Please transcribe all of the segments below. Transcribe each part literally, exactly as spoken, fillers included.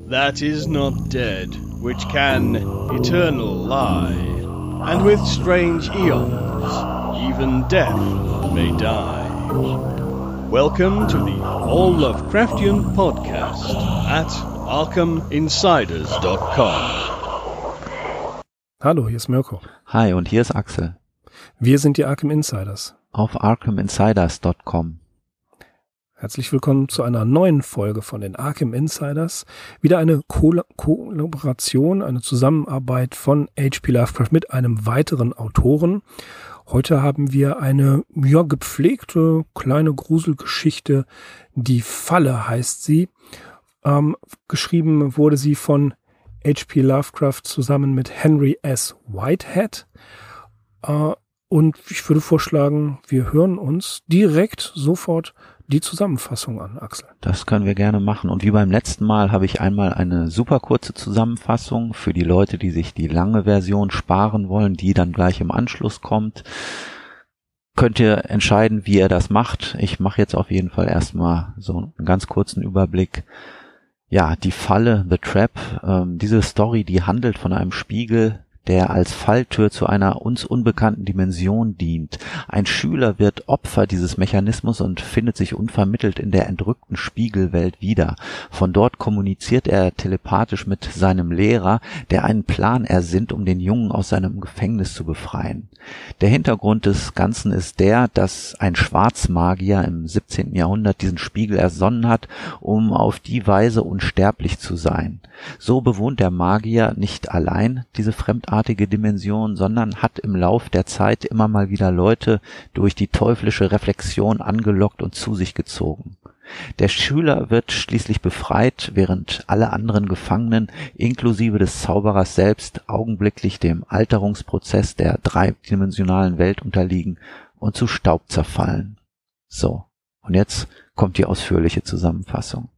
that is not dead, which can eternal lie, and with strange eons, even death may die. Welcome to the All Lovecraftian Podcast at arkham insiders dot com. Hallo, hier ist Mirko. Hi, und hier ist Axel. Wir sind die Arkham Insiders. Auf arkham insiders dot com. Herzlich willkommen zu einer neuen Folge von den Arkham Insiders. Wieder eine Ko- Kollaboration, eine Zusammenarbeit von H P Lovecraft mit einem weiteren Autoren. Heute haben wir eine ja, gepflegte kleine Gruselgeschichte. Die Falle heißt sie. Ähm, geschrieben wurde sie von H P Lovecraft zusammen mit Henry S. Whitehead. Äh, und ich würde vorschlagen, wir hören uns direkt sofort die Zusammenfassung an, Axel. Das können wir gerne machen. Und wie beim letzten Mal habe ich einmal eine super kurze Zusammenfassung für die Leute, die sich die lange Version sparen wollen, die dann gleich im Anschluss kommt. Könnt ihr entscheiden, wie ihr das macht. Ich mache jetzt auf jeden Fall erstmal so einen ganz kurzen Überblick. Ja, die Falle, The Trap, ähm, diese Story, die handelt von einem Spiegel, der als Falltür zu einer uns unbekannten Dimension dient. Ein Schüler wird Opfer dieses Mechanismus und findet sich unvermittelt in der entrückten Spiegelwelt wieder. Von dort kommuniziert er telepathisch mit seinem Lehrer, der einen Plan ersinnt, um den Jungen aus seinem Gefängnis zu befreien. Der Hintergrund des Ganzen ist der, dass ein Schwarzmagier im siebzehnten Jahrhundert diesen Spiegel ersonnen hat, um auf die Weise unsterblich zu sein. So bewohnt der Magier nicht allein diese fremdartige Dimension, sondern hat im Lauf der Zeit immer mal wieder Leute durch die teuflische Reflexion angelockt und zu sich gezogen. Der Schüler wird schließlich befreit, während alle anderen Gefangenen, inklusive des Zauberers selbst, augenblicklich dem Alterungsprozess der dreidimensionalen Welt unterliegen und zu Staub zerfallen. So, und jetzt kommt die ausführliche Zusammenfassung.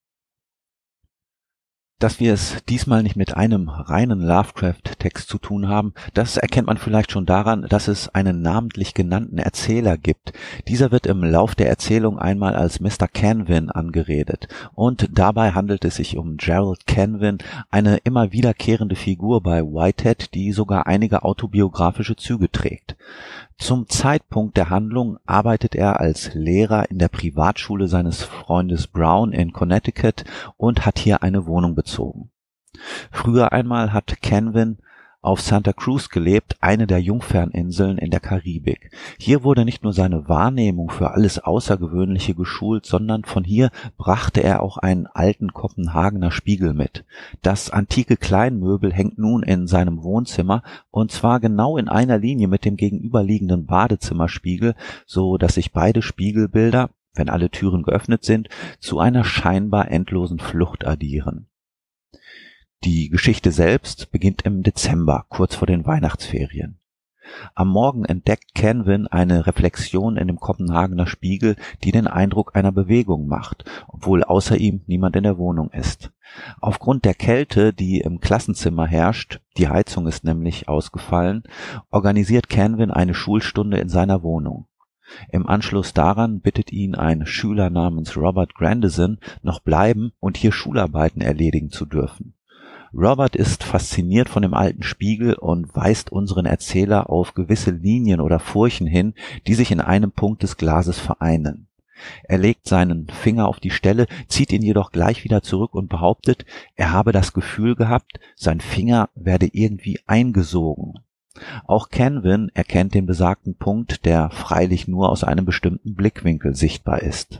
Dass wir es diesmal nicht mit einem reinen Lovecraft-Text zu tun haben, das erkennt man vielleicht schon daran, dass es einen namentlich genannten Erzähler gibt. Dieser wird im Lauf der Erzählung einmal als Mister Canvin angeredet. Und dabei handelt es sich um Gerald Canvin, eine immer wiederkehrende Figur bei Whitehead, die sogar einige autobiografische Züge trägt. Zum Zeitpunkt der Handlung arbeitet er als Lehrer in der Privatschule seines Freundes Brown in Connecticut und hat hier eine Wohnung bezogen. Früher einmal hat Canvin auf Santa Cruz gelebt, eine der Jungferninseln in der Karibik. Hier wurde nicht nur seine Wahrnehmung für alles Außergewöhnliche geschult, sondern von hier brachte er auch einen alten Kopenhagener Spiegel mit. Das antike Kleinmöbel hängt nun in seinem Wohnzimmer, und zwar genau in einer Linie mit dem gegenüberliegenden Badezimmerspiegel, so dass sich beide Spiegelbilder, wenn alle Türen geöffnet sind, zu einer scheinbar endlosen Flucht addieren. Die Geschichte selbst beginnt im Dezember, kurz vor den Weihnachtsferien. Am Morgen entdeckt Canvin eine Reflexion in dem Kopenhagener Spiegel, die den Eindruck einer Bewegung macht, obwohl außer ihm niemand in der Wohnung ist. Aufgrund der Kälte, die im Klassenzimmer herrscht, die Heizung ist nämlich ausgefallen, organisiert Canvin eine Schulstunde in seiner Wohnung. Im Anschluss daran bittet ihn ein Schüler namens Robert Grandison, noch bleiben und hier Schularbeiten erledigen zu dürfen. Robert ist fasziniert von dem alten Spiegel und weist unseren Erzähler auf gewisse Linien oder Furchen hin, die sich in einem Punkt des Glases vereinen. Er legt seinen Finger auf die Stelle, zieht ihn jedoch gleich wieder zurück und behauptet, er habe das Gefühl gehabt, sein Finger werde irgendwie eingesogen. Auch Canvin erkennt den besagten Punkt, der freilich nur aus einem bestimmten Blickwinkel sichtbar ist.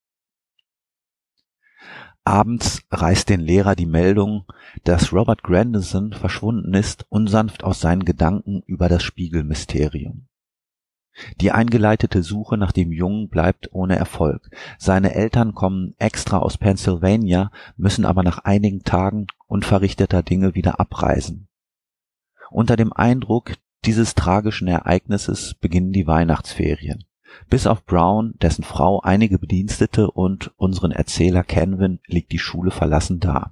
Abends reißt den Lehrer die Meldung, dass Robert Grandison verschwunden ist, unsanft aus seinen Gedanken über das Spiegelmysterium. Die eingeleitete Suche nach dem Jungen bleibt ohne Erfolg. Seine Eltern kommen extra aus Pennsylvania, müssen aber nach einigen Tagen unverrichteter Dinge wieder abreisen. Unter dem Eindruck dieses tragischen Ereignisses beginnen die Weihnachtsferien. Bis auf Brown, dessen Frau, einige Bedienstete und unseren Erzähler Canvin liegt die Schule verlassen da.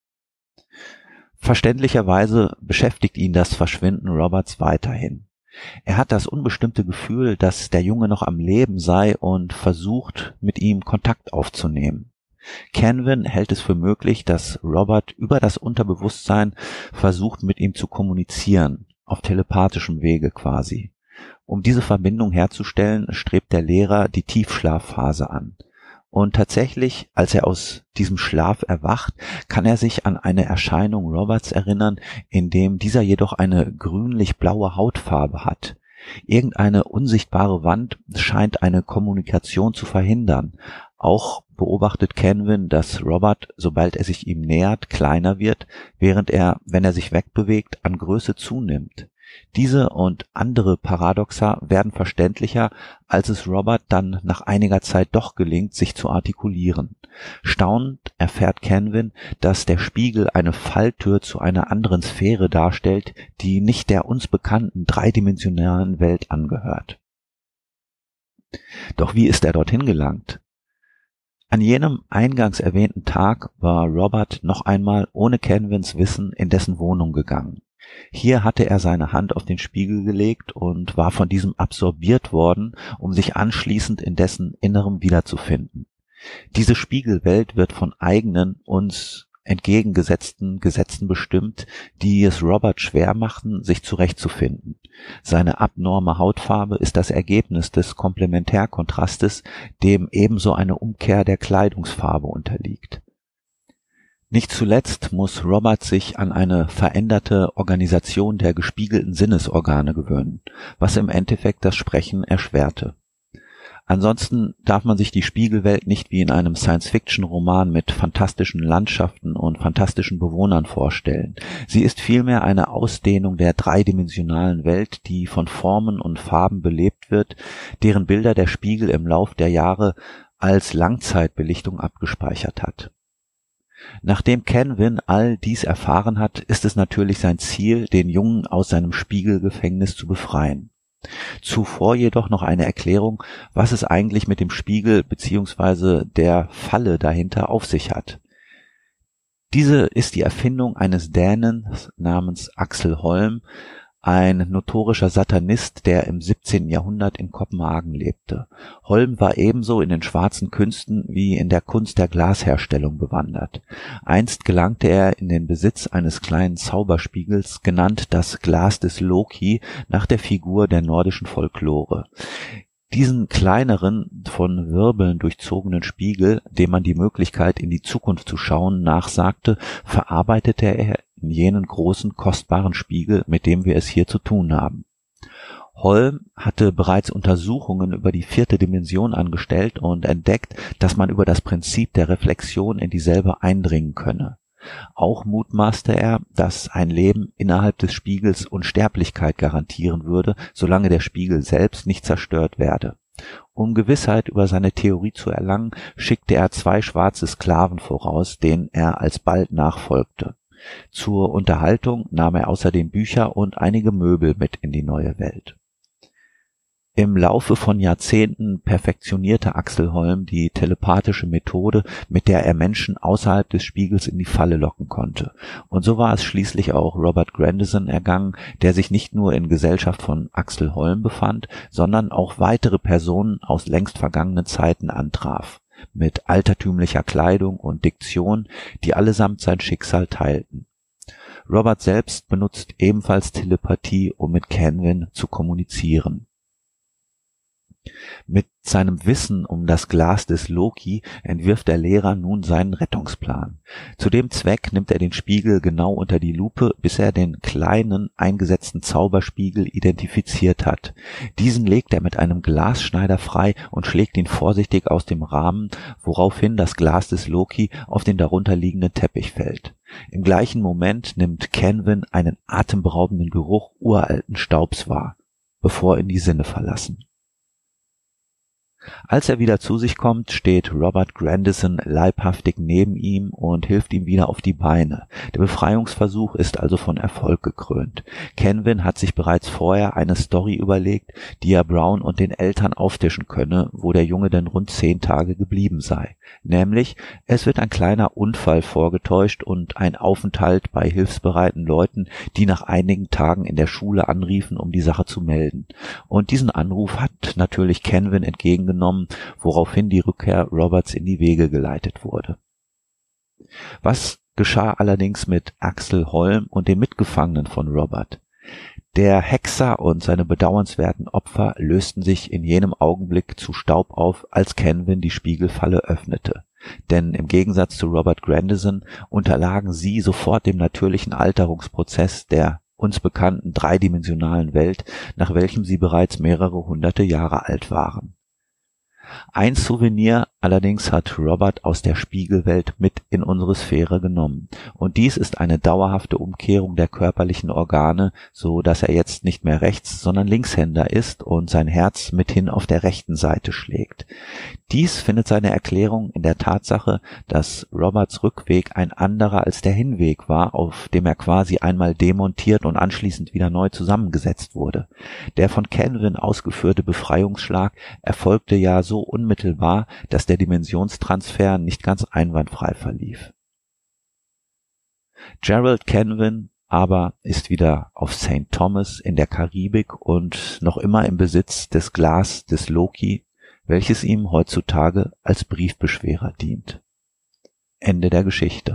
Verständlicherweise beschäftigt ihn das Verschwinden Roberts weiterhin. Er hat das unbestimmte Gefühl, dass der Junge noch am Leben sei und versucht, mit ihm Kontakt aufzunehmen. Canvin hält es für möglich, dass Robert über das Unterbewusstsein versucht, mit ihm zu kommunizieren, auf telepathischem Wege quasi. Um diese Verbindung herzustellen, strebt der Lehrer die Tiefschlafphase an. Und tatsächlich, als er aus diesem Schlaf erwacht, kann er sich an eine Erscheinung Roberts erinnern, in dem dieser jedoch eine grünlich-blaue Hautfarbe hat. Irgendeine unsichtbare Wand scheint eine Kommunikation zu verhindern. Auch beobachtet Canvin, dass Robert, sobald er sich ihm nähert, kleiner wird, während er, wenn er sich wegbewegt, an Größe zunimmt. Diese und andere Paradoxa werden verständlicher, als es Robert dann nach einiger Zeit doch gelingt, sich zu artikulieren. Staunend erfährt Canvin, dass der Spiegel eine Falltür zu einer anderen Sphäre darstellt, die nicht der uns bekannten dreidimensionalen Welt angehört. Doch wie ist er dorthin gelangt? An jenem eingangs erwähnten Tag war Robert noch einmal ohne Canvins Wissen in dessen Wohnung gegangen. Hier hatte er seine Hand auf den Spiegel gelegt und war von diesem absorbiert worden, um sich anschließend in dessen Innerem wiederzufinden. Diese Spiegelwelt wird von eigenen, uns entgegengesetzten Gesetzen bestimmt, die es Robert schwer machten, sich zurechtzufinden. Seine abnorme Hautfarbe ist das Ergebnis des Komplementärkontrastes, dem ebenso eine Umkehr der Kleidungsfarbe unterliegt. Nicht zuletzt muss Robert sich an eine veränderte Organisation der gespiegelten Sinnesorgane gewöhnen, was im Endeffekt das Sprechen erschwerte. Ansonsten darf man sich die Spiegelwelt nicht wie in einem Science-Fiction-Roman mit fantastischen Landschaften und fantastischen Bewohnern vorstellen. Sie ist vielmehr eine Ausdehnung der dreidimensionalen Welt, die von Formen und Farben belebt wird, deren Bilder der Spiegel im Lauf der Jahre als Langzeitbelichtung abgespeichert hat. Nachdem Canvin all dies erfahren hat, ist es natürlich sein Ziel, den Jungen aus seinem Spiegelgefängnis zu befreien. Zuvor jedoch noch eine Erklärung, was es eigentlich mit dem Spiegel bzw. der Falle dahinter auf sich hat. Diese ist die Erfindung eines Dänen namens Axel Holm, ein notorischer Satanist, der im siebzehnten Jahrhundert in Kopenhagen lebte. Holm war ebenso in den schwarzen Künsten wie in der Kunst der Glasherstellung bewandert. Einst gelangte er in den Besitz eines kleinen Zauberspiegels, genannt das Glas des Loki, nach der Figur der nordischen Folklore. Diesen kleineren, von Wirbeln durchzogenen Spiegel, dem man die Möglichkeit, in die Zukunft zu schauen, nachsagte, verarbeitete er in jenen großen, kostbaren Spiegel, mit dem wir es hier zu tun haben. Holm hatte bereits Untersuchungen über die vierte Dimension angestellt und entdeckt, dass man über das Prinzip der Reflexion in dieselbe eindringen könne. Auch mutmaßte er, dass ein Leben innerhalb des Spiegels Unsterblichkeit garantieren würde, solange der Spiegel selbst nicht zerstört werde. Um Gewissheit über seine Theorie zu erlangen, schickte er zwei schwarze Sklaven voraus, denen er alsbald nachfolgte. Zur Unterhaltung nahm er außerdem Bücher und einige Möbel mit in die neue Welt. Im Laufe von Jahrzehnten perfektionierte Axel Holm die telepathische Methode, mit der er Menschen außerhalb des Spiegels in die Falle locken konnte. Und so war es schließlich auch Robert Grandison ergangen, der sich nicht nur in Gesellschaft von Axel Holm befand, sondern auch weitere Personen aus längst vergangenen Zeiten antraf, mit altertümlicher Kleidung und Diktion, die allesamt sein Schicksal teilten. Robert selbst benutzt ebenfalls Telepathie, um mit Canvin zu kommunizieren. Mit seinem Wissen um das Glas des Loki entwirft der Lehrer nun seinen Rettungsplan. Zu dem Zweck nimmt er den Spiegel genau unter die Lupe, bis er den kleinen, eingesetzten Zauberspiegel identifiziert hat. Diesen legt er mit einem Glasschneider frei und schlägt ihn vorsichtig aus dem Rahmen, woraufhin das Glas des Loki auf den darunterliegenden Teppich fällt. Im gleichen Moment nimmt Canvin einen atemberaubenden Geruch uralten Staubs wahr, bevor ihn die Sinne verlassen. Als er wieder zu sich kommt, steht Robert Grandison leibhaftig neben ihm und hilft ihm wieder auf die Beine. Der Befreiungsversuch ist also von Erfolg gekrönt. Canvin hat sich bereits vorher eine Story überlegt, die er Brown und den Eltern auftischen könne, wo der Junge denn rund zehn Tage geblieben sei. Nämlich, es wird ein kleiner Unfall vorgetäuscht und ein Aufenthalt bei hilfsbereiten Leuten, die nach einigen Tagen in der Schule anriefen, um die Sache zu melden. Und diesen Anruf hat natürlich Canvin entgegengenommen genommen, woraufhin die Rückkehr Roberts in die Wege geleitet wurde. Was geschah allerdings mit Axel Holm und den Mitgefangenen von Robert? Der Hexer und seine bedauernswerten Opfer lösten sich in jenem Augenblick zu Staub auf, als Kenwin die Spiegelfalle öffnete. Denn im Gegensatz zu Robert Grandison unterlagen sie sofort dem natürlichen Alterungsprozess der uns bekannten dreidimensionalen Welt, nach welchem sie bereits mehrere hunderte Jahre alt waren. Ein Souvenir allerdings hat Robert aus der Spiegelwelt mit in unsere Sphäre genommen, und dies ist eine dauerhafte Umkehrung der körperlichen Organe, so dass er jetzt nicht mehr Rechts-, sondern Linkshänder ist und sein Herz mithin auf der rechten Seite schlägt. Dies findet seine Erklärung in der Tatsache, dass Roberts Rückweg ein anderer als der Hinweg war, auf dem er quasi einmal demontiert und anschließend wieder neu zusammengesetzt wurde. Der von Kenwin ausgeführte Befreiungsschlag erfolgte ja so unmittelbar, dass der Dimensionstransfer nicht ganz einwandfrei verlief. Gerald Kenwin aber ist wieder auf Sankt Thomas in der Karibik und noch immer im Besitz des Glas des Loki, welches ihm heutzutage als Briefbeschwerer dient. Ende der Geschichte.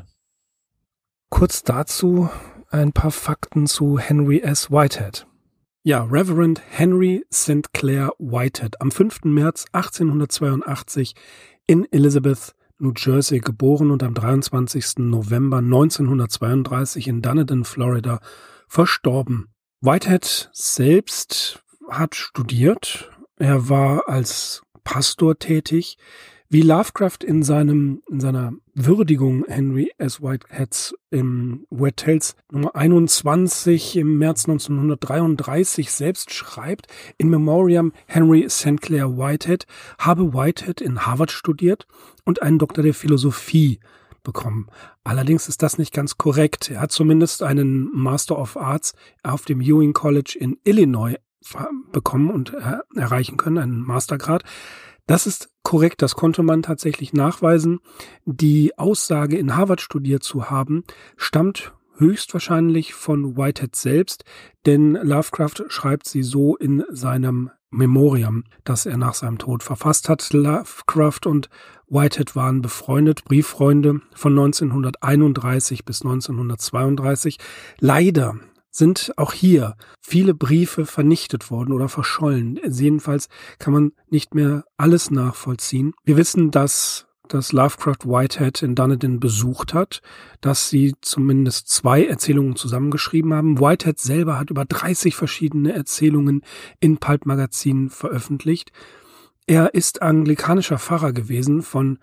Kurz dazu ein paar Fakten zu Henry S. Whitehead. Ja, Reverend Henry Saint Clair Whitehead, am fünften März achtzehnhundertzweiundachtzig in Elizabeth, New Jersey geboren und am dreiundzwanzigsten November neunzehnhundertzweiunddreißig in Dunedin, Florida, verstorben. Whitehead selbst hat studiert. Er war als Pastor tätig. Wie Lovecraft in seinem in seiner Würdigung Henry S. Whiteheads im Weird Tales Nummer einundzwanzig im März neunzehnhundertdreiunddreißig selbst schreibt, in Memoriam Henry Saint Clair Whitehead habe Whitehead in Harvard studiert und einen Doktor der Philosophie bekommen. Allerdings ist das nicht ganz korrekt. Er hat zumindest einen Master of Arts auf dem Ewing College in Illinois bekommen und er erreichen können, einen Mastergrad. Das ist korrekt, das konnte man tatsächlich nachweisen. Die Aussage, in Harvard studiert zu haben, stammt höchstwahrscheinlich von Whitehead selbst, denn Lovecraft schreibt sie so in seinem Memoriam, das er nach seinem Tod verfasst hat. Lovecraft und Whitehead waren befreundet, Brieffreunde von neunzehnhunderteinunddreißig bis neunzehnhundertzweiunddreißig. Leider sind auch hier viele Briefe vernichtet worden oder verschollen. Jedenfalls kann man nicht mehr alles nachvollziehen. Wir wissen, dass, dass Lovecraft Whitehead in Dunedin besucht hat, dass sie zumindest zwei Erzählungen zusammengeschrieben haben. Whitehead selber hat über dreißig verschiedene Erzählungen in Pulp-Magazinen veröffentlicht. Er ist anglikanischer Pfarrer gewesen, von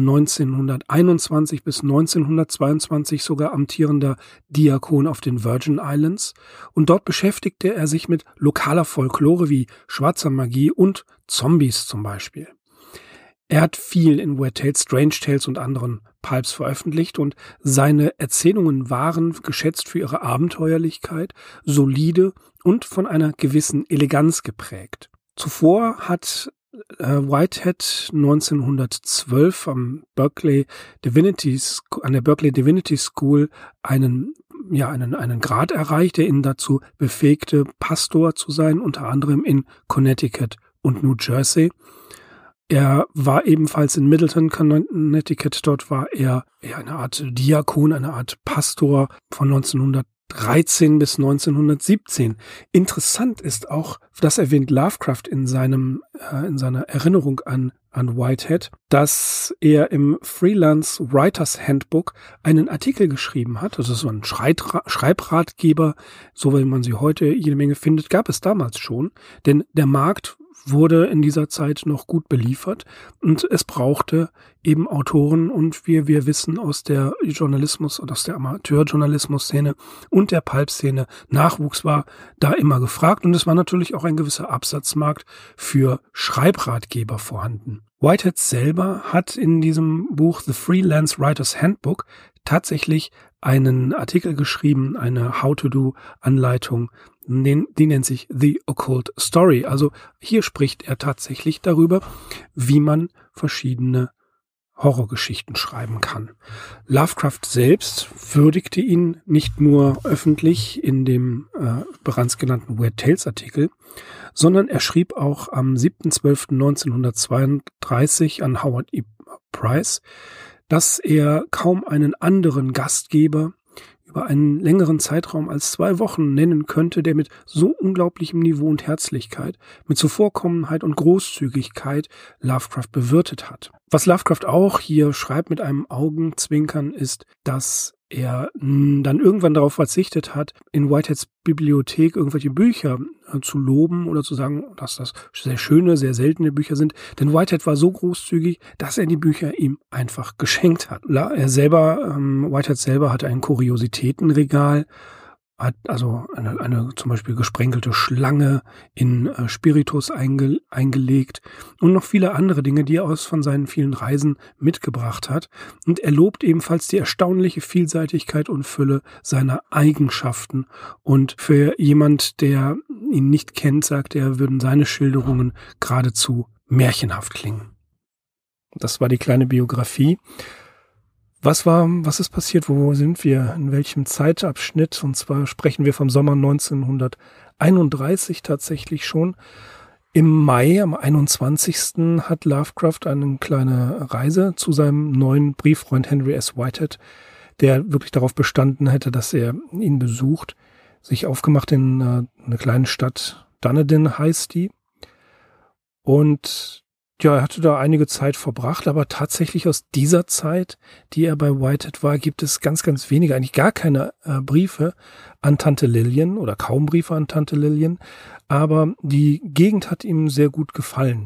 neunzehnhunderteinundzwanzig bis neunzehnhundertzweiundzwanzig sogar amtierender Diakon auf den Virgin Islands, und dort beschäftigte er sich mit lokaler Folklore wie schwarzer Magie und Zombies zum Beispiel. Er hat viel in Weird Tales, Strange Tales und anderen Pulps veröffentlicht und seine Erzählungen waren geschätzt für ihre Abenteuerlichkeit, solide und von einer gewissen Eleganz geprägt. Zuvor hat Whitehead neunzehnhundertzwölf am Berkeley Divinity, an der Berkeley Divinity School einen, ja, einen, einen Grad erreicht, der ihn dazu befähigte, Pastor zu sein, unter anderem in Connecticut und New Jersey. Er war ebenfalls in Middleton, Connecticut. Dort war er ja, eine Art Diakon, eine Art Pastor von neunzehnhundertdreizehn bis neunzehnhundertsiebzehn. Interessant ist auch, das erwähnt Lovecraft in seinem äh, in seiner Erinnerung an an Whitehead, dass er im Freelance Writers Handbook einen Artikel geschrieben hat. Das ist so ein Schreitra- Schreibratgeber, so wie man sie heute jede Menge findet, gab es damals schon, denn der Markt wurde in dieser Zeit noch gut beliefert und es brauchte eben Autoren, und wir wir wissen aus der Journalismus und aus der Amateurjournalismus-Szene und der Pulp-Szene, Nachwuchs war da immer gefragt, und es war natürlich auch ein gewisser Absatzmarkt für Schreibratgeber vorhanden. Whitehead selber hat in diesem Buch The Freelance Writers Handbook tatsächlich einen Artikel geschrieben, eine How-to-Do-Anleitung, die, die nennt sich The Occult Story. Also hier spricht er tatsächlich darüber, wie man verschiedene Horrorgeschichten schreiben kann. Lovecraft selbst würdigte ihn nicht nur öffentlich in dem äh, bereits genannten Weird Tales Artikel, sondern er schrieb auch am siebter zwölfter neunzehnhundertzweiunddreißig an Howard E. Price, dass er kaum einen anderen Gastgeber über einen längeren Zeitraum als zwei Wochen nennen könnte, der mit so unglaublichem Niveau und Herzlichkeit, mit Zuvorkommenheit und Großzügigkeit Lovecraft bewirtet hat. Was Lovecraft auch hier schreibt mit einem Augenzwinkern ist, dass er dann irgendwann darauf verzichtet hat, in Whiteheads Bibliothek irgendwelche Bücher äh, zu loben oder zu sagen, dass das sehr schöne, sehr seltene Bücher sind. Denn Whitehead war so großzügig, dass er die Bücher ihm einfach geschenkt hat. Er selber, ähm, Whitehead selber hatte ein Kuriositätenregal, hat also eine, eine zum Beispiel gesprenkelte Schlange in äh, Spiritus einge, eingelegt und noch viele andere Dinge, die er aus von seinen vielen Reisen mitgebracht hat. Und er lobt ebenfalls die erstaunliche Vielseitigkeit und Fülle seiner Eigenschaften. Und für jemand, der ihn nicht kennt, sagt er, würden seine Schilderungen geradezu märchenhaft klingen. Das war die kleine Biografie. Was war, was ist passiert? Wo sind wir? In welchem Zeitabschnitt? Und zwar sprechen wir vom Sommer neunzehnhunderteinunddreißig tatsächlich schon. Im Mai, am einundzwanzigsten hat Lovecraft eine kleine Reise zu seinem neuen Brieffreund Henry S. Whitehead, der wirklich darauf bestanden hätte, dass er ihn besucht, sich aufgemacht in äh, eine kleine Stadt, Dunedin heißt die. Und ja, er hatte da einige Zeit verbracht, aber tatsächlich aus dieser Zeit, die er bei Whitehead war, gibt es ganz, ganz wenige, eigentlich gar keine äh, Briefe an Tante Lillian oder kaum Briefe an Tante Lillian, aber die Gegend hat ihm sehr gut gefallen.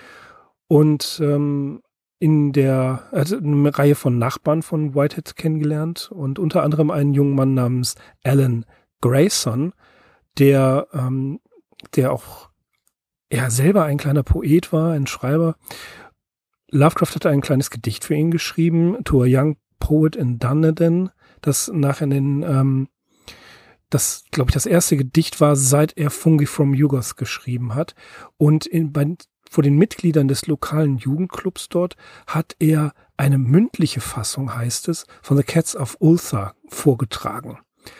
Und ähm, in der, er hat eine Reihe von Nachbarn von Whitehead kennengelernt und unter anderem einen jungen Mann namens Alan Grayson, der, ähm, der auch er selber ein kleiner Poet war, ein Schreiber. Lovecraft hatte ein kleines Gedicht für ihn geschrieben, To a Young Poet in Dunedin, das nachher den, ähm, das, glaube ich, das erste Gedicht war, seit er Fungi from Yugos geschrieben hat. Und in, bei, vor den Mitgliedern des lokalen Jugendclubs dort hat er eine mündliche Fassung, heißt es, von The Cats of Ulthar vorgetragen.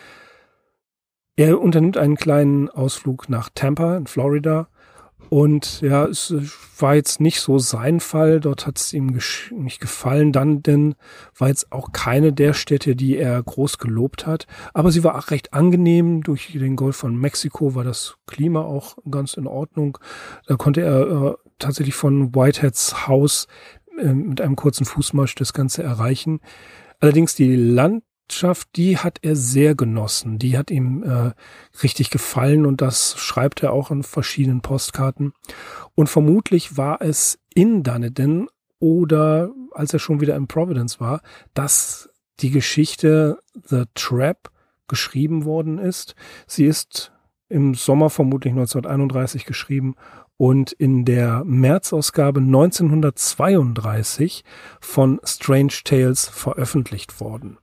Er unternimmt einen kleinen Ausflug nach Tampa in Florida. Und ja, es war jetzt nicht so sein Fall, dort hat es ihm gesch- nicht gefallen, dann denn war jetzt auch keine der Städte, die er groß gelobt hat, aber sie war auch recht angenehm, durch den Golf von Mexiko war das Klima auch ganz in Ordnung, da konnte er äh, tatsächlich von Whiteheads Haus äh, mit einem kurzen Fußmarsch das Ganze erreichen. Allerdings die Land die hat er sehr genossen, die hat ihm äh, richtig gefallen und das schreibt er auch in verschiedenen Postkarten. Und vermutlich war es in Dunedin oder als er schon wieder in Providence war, dass die Geschichte The Trap geschrieben worden ist. Sie ist im Sommer vermutlich neunzehnhunderteinunddreißig geschrieben und in der Märzausgabe neunzehnhundertzweiunddreißig von Strange Tales veröffentlicht worden.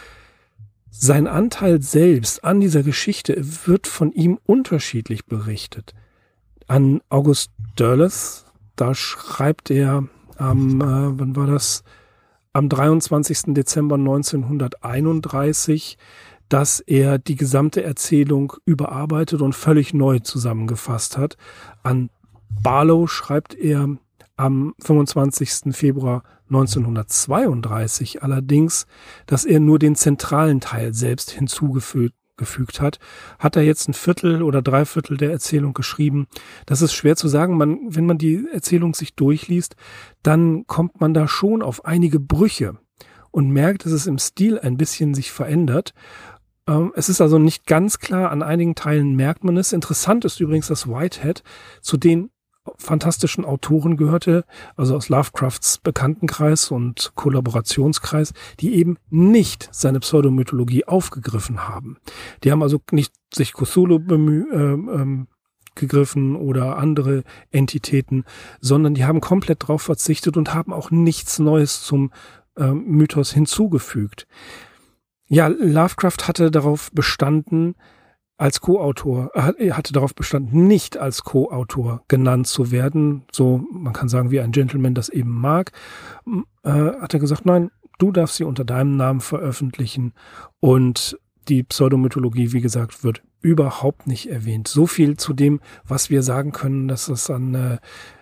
Sein Anteil selbst an dieser Geschichte wird von ihm unterschiedlich berichtet. An August Derleth, da schreibt er am, äh, wann war das? Am dreiundzwanzigsten Dezember neunzehnhunderteinunddreißig, dass er die gesamte Erzählung überarbeitet und völlig neu zusammengefasst hat. An Barlow schreibt er am fünfundzwanzigsten Februar neunzehnhundertzweiunddreißig allerdings, dass er nur den zentralen Teil selbst hinzugefügt gefügt hat. Hat er jetzt ein Viertel oder Dreiviertel der Erzählung geschrieben? Das ist schwer zu sagen. Man, wenn man die Erzählung sich durchliest, dann kommt man da schon auf einige Brüche und merkt, dass es im Stil ein bisschen sich verändert. Ähm, es ist also nicht ganz klar, an einigen Teilen merkt man es. Interessant ist übrigens, dass Whitehead zu den fantastischen Autoren gehörte, also aus Lovecrafts Bekanntenkreis und Kollaborationskreis, die eben nicht seine Pseudomythologie aufgegriffen haben. Die haben also nicht sich Cthulhu bemüht, äh, ähm, gegriffen oder andere Entitäten, sondern die haben komplett drauf verzichtet und haben auch nichts Neues zum äh, Mythos hinzugefügt. Ja, Lovecraft hatte darauf bestanden, als Co-Autor, er hatte darauf bestanden, nicht als Co-Autor genannt zu werden, so man kann sagen, wie ein Gentleman das eben mag, äh, hat er gesagt, nein, du darfst sie unter deinem Namen veröffentlichen und die Pseudomythologie, wie gesagt, wird überhaupt nicht erwähnt. So viel zu dem, was wir sagen können, dass es an äh,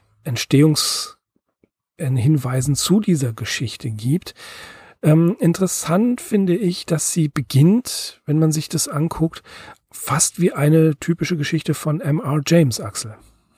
Entstehungshinweisen zu dieser Geschichte gibt. Ähm, interessant finde ich, dass sie beginnt, wenn man sich das anguckt, fast wie eine typische Geschichte von M R James, Axel.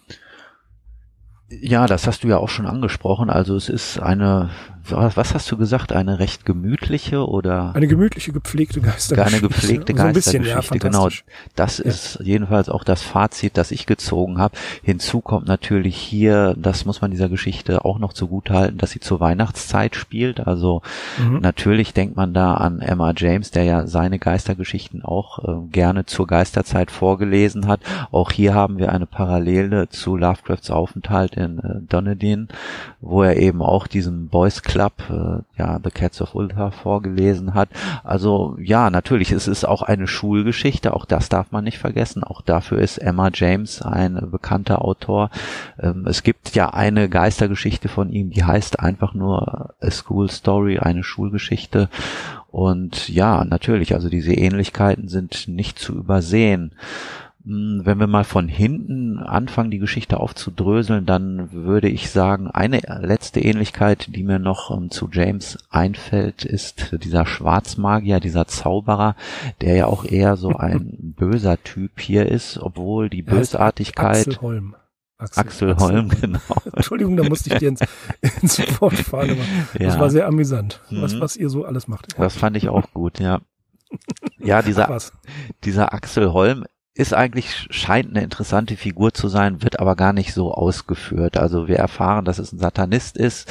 Ja, das hast du ja auch schon angesprochen. Also es ist eine, was hast du gesagt, eine recht gemütliche oder? Eine gemütliche, gepflegte Geistergeschichte. Eine gepflegte so ein bisschen, Geistergeschichte, ja, genau. Das ja. ist jedenfalls auch das Fazit, das ich gezogen habe. Hinzu kommt natürlich hier, das muss man dieser Geschichte auch noch zugutehalten, dass sie zur Weihnachtszeit spielt. Also mhm. natürlich denkt man da an M R James, der ja seine Geistergeschichten auch äh, gerne zur Geisterzeit vorgelesen hat. Auch hier haben wir eine Parallele zu Lovecrafts Aufenthalt in äh, Dunedin, wo er eben auch diesen Boys Club, äh, ja, The Cats of Ulthar vorgelesen hat. Also ja, natürlich, es ist auch eine Schulgeschichte, auch das darf man nicht vergessen. Auch dafür ist M R James ein bekannter Autor. Ähm, es gibt ja eine Geistergeschichte von ihm, die heißt einfach nur A School Story, eine Schulgeschichte. Und ja, natürlich, also diese Ähnlichkeiten sind nicht zu übersehen. Wenn wir mal von hinten anfangen, die Geschichte aufzudröseln, dann würde ich sagen, eine letzte Ähnlichkeit, die mir noch um, zu James einfällt, ist dieser Schwarzmagier, dieser Zauberer, der ja auch eher so ein böser Typ hier ist, obwohl die Bösartigkeit... Axel Holm. Axel, Axel Holm, genau. Entschuldigung, da musste ich dir ins, ins Wort fahren. Aber ja. Das war sehr amüsant, mhm. was, was ihr so alles macht. Das fand ich auch gut, ja. Ja, dieser, dieser Axel Holm ist eigentlich, scheint eine interessante Figur zu sein, wird aber gar nicht so ausgeführt. Also wir erfahren, dass es ein Satanist ist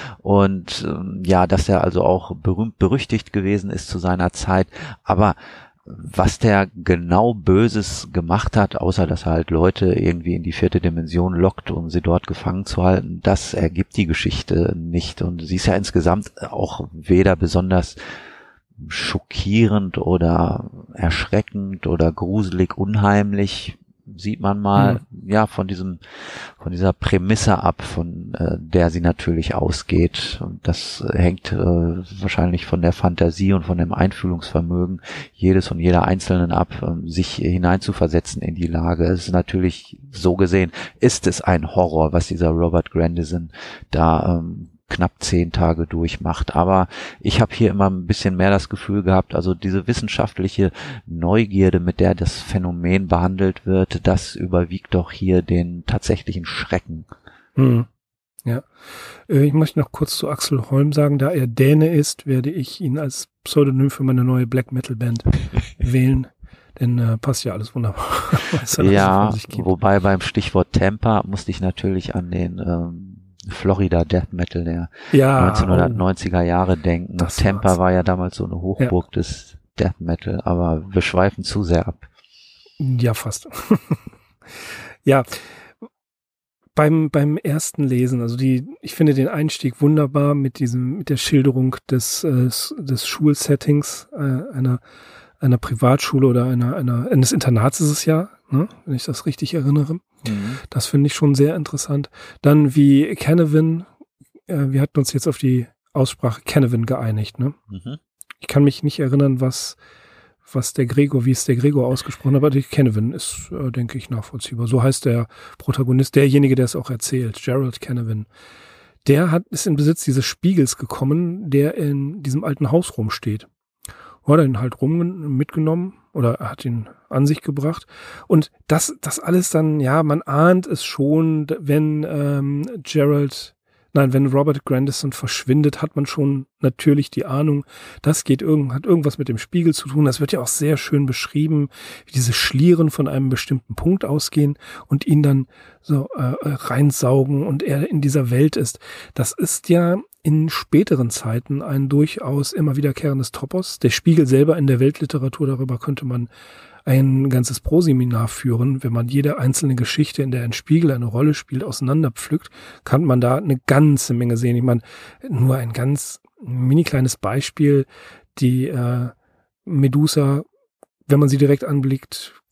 und ähm, ja, dass er also auch berühmt berüchtigt gewesen ist zu seiner Zeit. Aber was der genau Böses gemacht hat, außer dass er halt Leute irgendwie in die vierte Dimension lockt, um sie dort gefangen zu halten, das ergibt die Geschichte nicht. Und sie ist ja insgesamt auch weder besonders schockierend oder erschreckend oder gruselig, unheimlich, sieht man mal, mhm. ja, von diesem, von dieser Prämisse ab, von äh, der sie natürlich ausgeht. Und das hängt äh, wahrscheinlich von der Fantasie und von dem Einfühlungsvermögen jedes und jeder Einzelnen ab, äh, sich hineinzuversetzen in die Lage. Es ist natürlich so gesehen, ist es ein Horror, was dieser Robert Grandison da ähm, knapp zehn Tage durchmacht. Aber ich habe hier immer ein bisschen mehr das Gefühl gehabt, also diese wissenschaftliche Neugierde, mit der das Phänomen behandelt wird, das überwiegt doch hier den tatsächlichen Schrecken. Hm. Ja. Ich möchte noch kurz zu Axel Holm sagen, da er Däne ist, werde ich ihn als Pseudonym für meine neue Black Metal Band wählen. Denn äh, passt ja alles wunderbar. Ja, alles, wobei beim Stichwort Tampa musste ich natürlich an den ähm, Florida Death Metal der ja, neunzehnhundertneunziger Jahre denken. Tampa war's. War ja damals so eine Hochburg ja. des Death Metal, aber wir schweifen zu sehr ab. Ja, fast. Ja, beim beim ersten Lesen, also die, ich finde den Einstieg wunderbar mit diesem, mit der Schilderung des äh, des Schulsettings äh, einer einer Privatschule oder einer einer eines Internats ist es ja, ne, wenn ich das richtig erinnere. Mhm. Das finde ich schon sehr interessant. Dann wie Canavan, äh, wir hatten uns jetzt auf die Aussprache Canavan geeinigt, ne? Mhm. Ich kann mich nicht erinnern, was was der Gregor, wie es der Gregor ausgesprochen hat, aber die Canavan ist, äh, denke ich, nachvollziehbar. So heißt der Protagonist, derjenige, der es auch erzählt, Gerald Canavan. Der hat ist in Besitz dieses Spiegels gekommen, der in diesem alten Haus rumsteht. Hat er ihn halt rum mitgenommen oder er hat ihn an sich gebracht. Und das, das alles dann, ja, man ahnt es schon, wenn ähm, Gerald, nein, wenn Robert Grandison verschwindet, hat man schon natürlich die Ahnung, das geht irgend, hat irgendwas mit dem Spiegel zu tun. Das wird ja auch sehr schön beschrieben, wie diese Schlieren von einem bestimmten Punkt ausgehen und ihn dann so äh, reinsaugen und er in dieser Welt ist. Das ist ja in späteren Zeiten ein durchaus immer wiederkehrendes Topos. Der Spiegel selber in der Weltliteratur, darüber könnte man ein ganzes Proseminar führen. Wenn man jede einzelne Geschichte, in der ein Spiegel eine Rolle spielt, auseinanderpflückt, kann man da eine ganze Menge sehen. Ich meine, nur ein ganz mini kleines Beispiel, die äh, Medusa, wenn man sie direkt anblickt,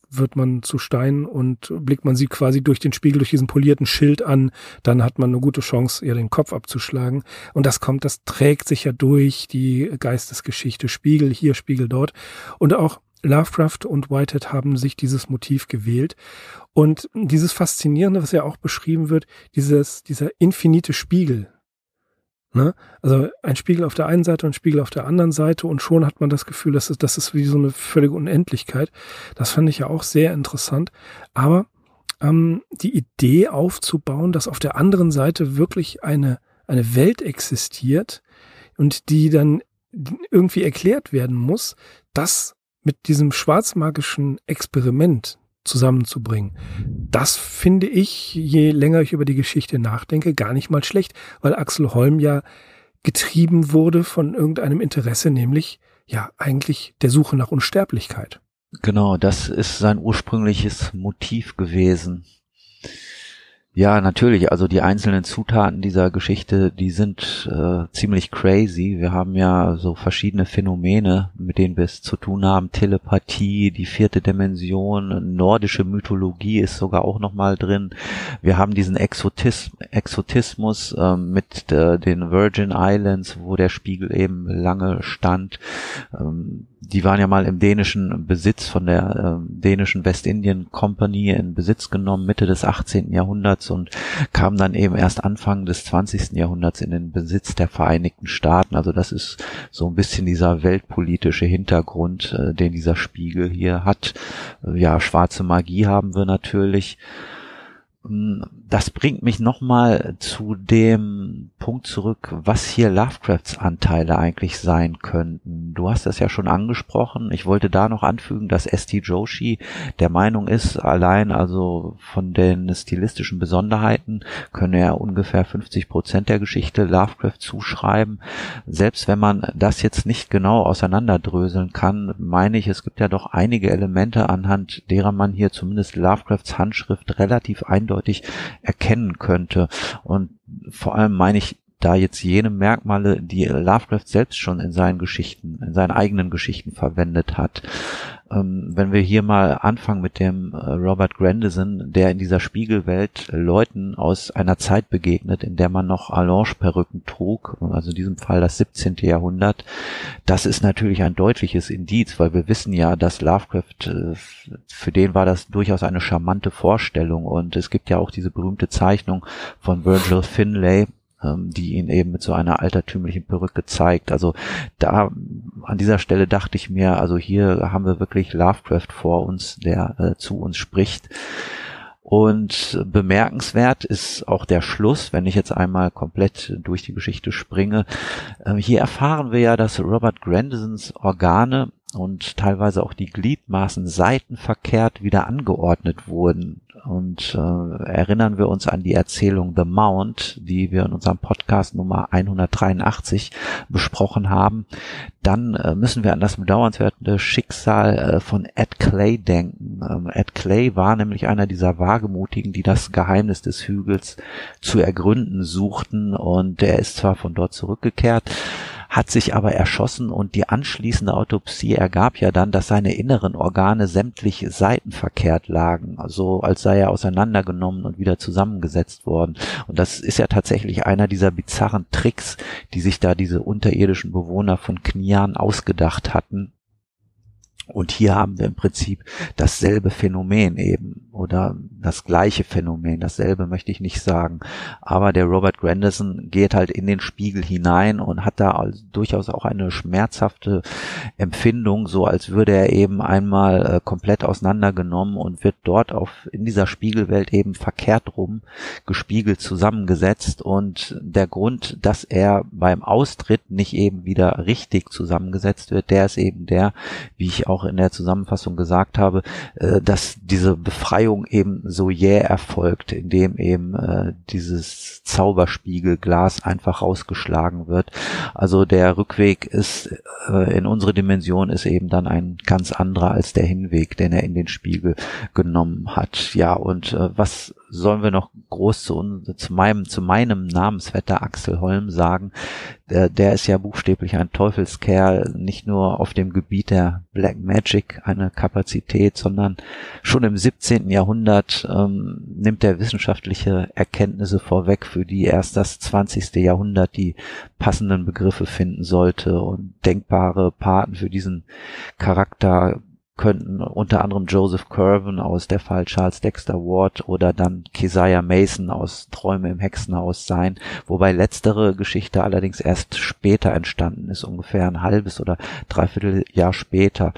wird man zu Stein und blickt man sie quasi durch den Spiegel, durch diesen polierten Schild an, dann hat man eine gute Chance, ihr den Kopf abzuschlagen. Und das kommt, das trägt sich ja durch die Geistesgeschichte. Spiegel hier, Spiegel dort. Und auch Lovecraft und Whitehead haben sich dieses Motiv gewählt. Und dieses Faszinierende, was ja auch beschrieben wird, dieses, dieser infinite Spiegel. Ne? Also ein Spiegel auf der einen Seite und ein Spiegel auf der anderen Seite und schon hat man das Gefühl, das ist, das ist wie so eine völlige Unendlichkeit. Das fand ich ja auch sehr interessant. Aber ähm, die Idee aufzubauen, dass auf der anderen Seite wirklich eine, eine Welt existiert und die dann irgendwie erklärt werden muss, das mit diesem schwarzmagischen Experiment zusammenzubringen. Das finde ich, je länger ich über die Geschichte nachdenke, gar nicht mal schlecht, weil Axel Holm ja getrieben wurde von irgendeinem Interesse, nämlich ja eigentlich der Suche nach Unsterblichkeit. Genau, das ist sein ursprüngliches Motiv gewesen. Ja, natürlich, also die einzelnen Zutaten dieser Geschichte, die sind äh, ziemlich crazy. Wir haben ja so verschiedene Phänomene, mit denen wir es zu tun haben. Telepathie, die vierte Dimension, nordische Mythologie ist sogar auch nochmal drin. Wir haben diesen Exotis- Exotismus äh, mit äh, den Virgin Islands, wo der Spiegel eben lange stand. Ähm, die waren ja mal im dänischen Besitz von der äh, dänischen Westindien Company in Besitz genommen, Mitte des achtzehnten Jahrhunderts und kamen dann eben erst Anfang des zwanzigsten Jahrhunderts in den Besitz der Vereinigten Staaten. Also das ist so ein bisschen dieser weltpolitische Hintergrund, äh, den dieser Spiegel hier hat. Äh, ja, schwarze Magie haben wir natürlich. Das bringt mich nochmal zu dem Punkt zurück, was hier Lovecrafts Anteile eigentlich sein könnten. Du hast das ja schon angesprochen. Ich wollte da noch anfügen, dass S T Joshi der Meinung ist, allein also von den stilistischen Besonderheiten könne er ungefähr fünfzig Prozent der Geschichte Lovecraft zuschreiben. Selbst wenn man das jetzt nicht genau auseinanderdröseln kann, meine ich, es gibt ja doch einige Elemente, anhand derer man hier zumindest Lovecrafts Handschrift relativ eindeutig erkennen könnte. Und vor allem meine ich da jetzt jene Merkmale, die Lovecraft selbst schon in seinen Geschichten, in seinen eigenen Geschichten verwendet hat. Ähm, wenn wir hier mal anfangen mit dem äh, Robert Grandison, der in dieser Spiegelwelt Leuten aus einer Zeit begegnet, in der man noch Allonge-Perücken trug, also in diesem Fall das siebzehnte Jahrhundert. Das ist natürlich ein deutliches Indiz, weil wir wissen ja, dass Lovecraft, äh, für den war das durchaus eine charmante Vorstellung und es gibt ja auch diese berühmte Zeichnung von Virgil Finlay, die ihn eben mit so einer altertümlichen Perücke zeigt. Also da an dieser Stelle dachte ich mir, also hier haben wir wirklich Lovecraft vor uns, der äh, zu uns spricht. Und bemerkenswert ist auch der Schluss, wenn ich jetzt einmal komplett durch die Geschichte springe. Äh, hier erfahren wir ja, dass Robert Grandisons Organe und teilweise auch die Gliedmaßen seitenverkehrt wieder angeordnet wurden. Und äh, erinnern wir uns an die Erzählung The Mount, die wir in unserem Podcast Nummer hundertdreiundachtzig besprochen haben, dann äh, müssen wir an das bedauernswerte Schicksal äh, von Ed Clay denken. Ähm, Ed Clay war nämlich einer dieser Wagemutigen, die das Geheimnis des Hügels zu ergründen suchten, und der ist zwar von dort zurückgekehrt, hat sich aber erschossen, und die anschließende Autopsie ergab ja dann, dass seine inneren Organe sämtlich seitenverkehrt lagen, also als sei er auseinandergenommen und wieder zusammengesetzt worden. Und das ist ja tatsächlich einer dieser bizarren Tricks, die sich da diese unterirdischen Bewohner von Knian ausgedacht hatten. Und hier haben wir im Prinzip dasselbe Phänomen eben, oder das gleiche Phänomen, dasselbe möchte ich nicht sagen. Aber der Robert Grandison geht halt in den Spiegel hinein und hat da also durchaus auch eine schmerzhafte Empfindung, so als würde er eben einmal äh, komplett auseinandergenommen und wird dort auf in dieser Spiegelwelt eben verkehrt rum gespiegelt zusammengesetzt. Und der Grund, dass er beim Austritt nicht eben wieder richtig zusammengesetzt wird, der ist eben der, wie ich auch in der Zusammenfassung gesagt habe, äh, dass diese Befreiung eben so jäh erfolgt, indem eben äh, dieses Zauberspiegelglas einfach rausgeschlagen wird. Also der Rückweg ist äh, in unsere Dimension ist eben dann ein ganz anderer als der Hinweg, den er in den Spiegel genommen hat. Ja, und äh, was sollen wir noch groß zu uns, zu meinem, zu meinem Namensvetter Axel Holm sagen. Der, der ist ja buchstäblich ein Teufelskerl, nicht nur auf dem Gebiet der Black Magic eine Kapazität, sondern schon im siebzehnten Jahrhundert ähm, nimmt er wissenschaftliche Erkenntnisse vorweg, für die erst das zwanzigste Jahrhundert die passenden Begriffe finden sollte, und denkbare Paten für diesen Charakter könnten unter anderem Joseph Curwen aus der Fall Charles Dexter Ward oder dann Keziah Mason aus Träume im Hexenhaus sein, wobei letztere Geschichte allerdings erst später entstanden ist, ungefähr ein halbes oder dreiviertel Jahr später.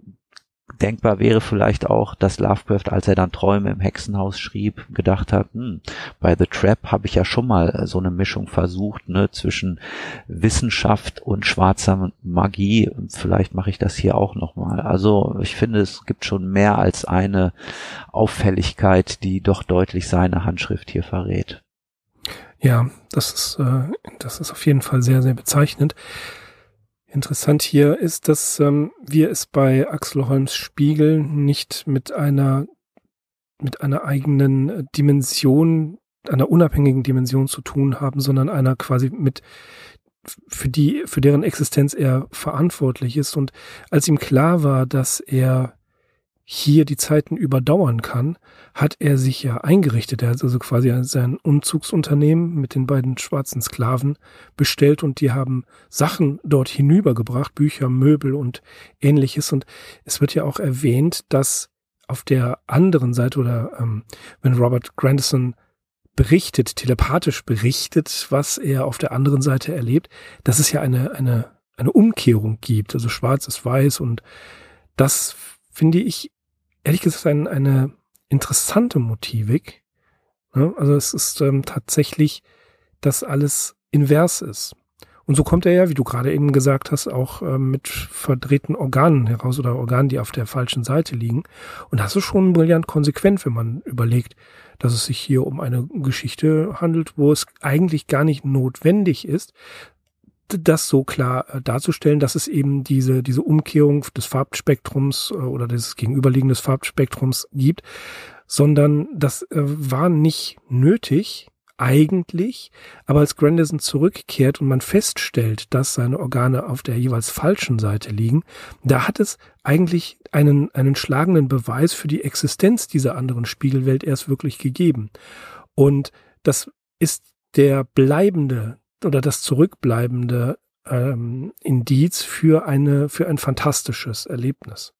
Denkbar wäre vielleicht auch, dass Lovecraft, als er dann Träume im Hexenhaus schrieb, gedacht hat, hm, bei The Trap habe ich ja schon mal so eine Mischung versucht, ne, zwischen Wissenschaft und schwarzer Magie. Vielleicht mache ich das hier auch nochmal. Also ich finde, es gibt schon mehr als eine Auffälligkeit, die doch deutlich seine Handschrift hier verrät. Ja, das ist, äh, das ist auf jeden Fall sehr, sehr bezeichnend. Interessant hier ist, dass ähm, wir es bei Axel Holms Spiegel nicht mit einer mit einer eigenen Dimension, einer unabhängigen Dimension zu tun haben, sondern einer quasi mit für die für deren Existenz er verantwortlich ist. Und als ihm klar war, dass er hier die Zeiten überdauern kann, hat er sich ja eingerichtet. Er hat also quasi sein Umzugsunternehmen mit den beiden schwarzen Sklaven bestellt und die haben Sachen dort hinübergebracht, Bücher, Möbel und ähnliches. Und es wird ja auch erwähnt, dass auf der anderen Seite oder ähm, wenn Robert Grandison berichtet, telepathisch berichtet, was er auf der anderen Seite erlebt, dass es ja eine, eine, eine Umkehrung gibt. Also schwarz ist weiß, und das finde ich ehrlich gesagt ein, eine interessante Motivik. Ja, also es ist ähm, tatsächlich, dass alles invers ist. Und so kommt er ja, wie du gerade eben gesagt hast, auch ähm, mit verdrehten Organen heraus oder Organen, die auf der falschen Seite liegen. Und das ist schon brillant konsequent, wenn man überlegt, dass es sich hier um eine Geschichte handelt, wo es eigentlich gar nicht notwendig ist, das so klar äh, darzustellen, dass es eben diese diese Umkehrung des Farbspektrums äh, oder des gegenüberliegenden Farbspektrums gibt, sondern das äh, war nicht nötig eigentlich, aber als Grandison zurückkehrt und man feststellt, dass seine Organe auf der jeweils falschen Seite liegen, da hat es eigentlich einen einen schlagenden Beweis für die Existenz dieser anderen Spiegelwelt erst wirklich gegeben. Und das ist der bleibende oder das zurückbleibende ähm, Indiz für eine für ein fantastisches Erlebnis.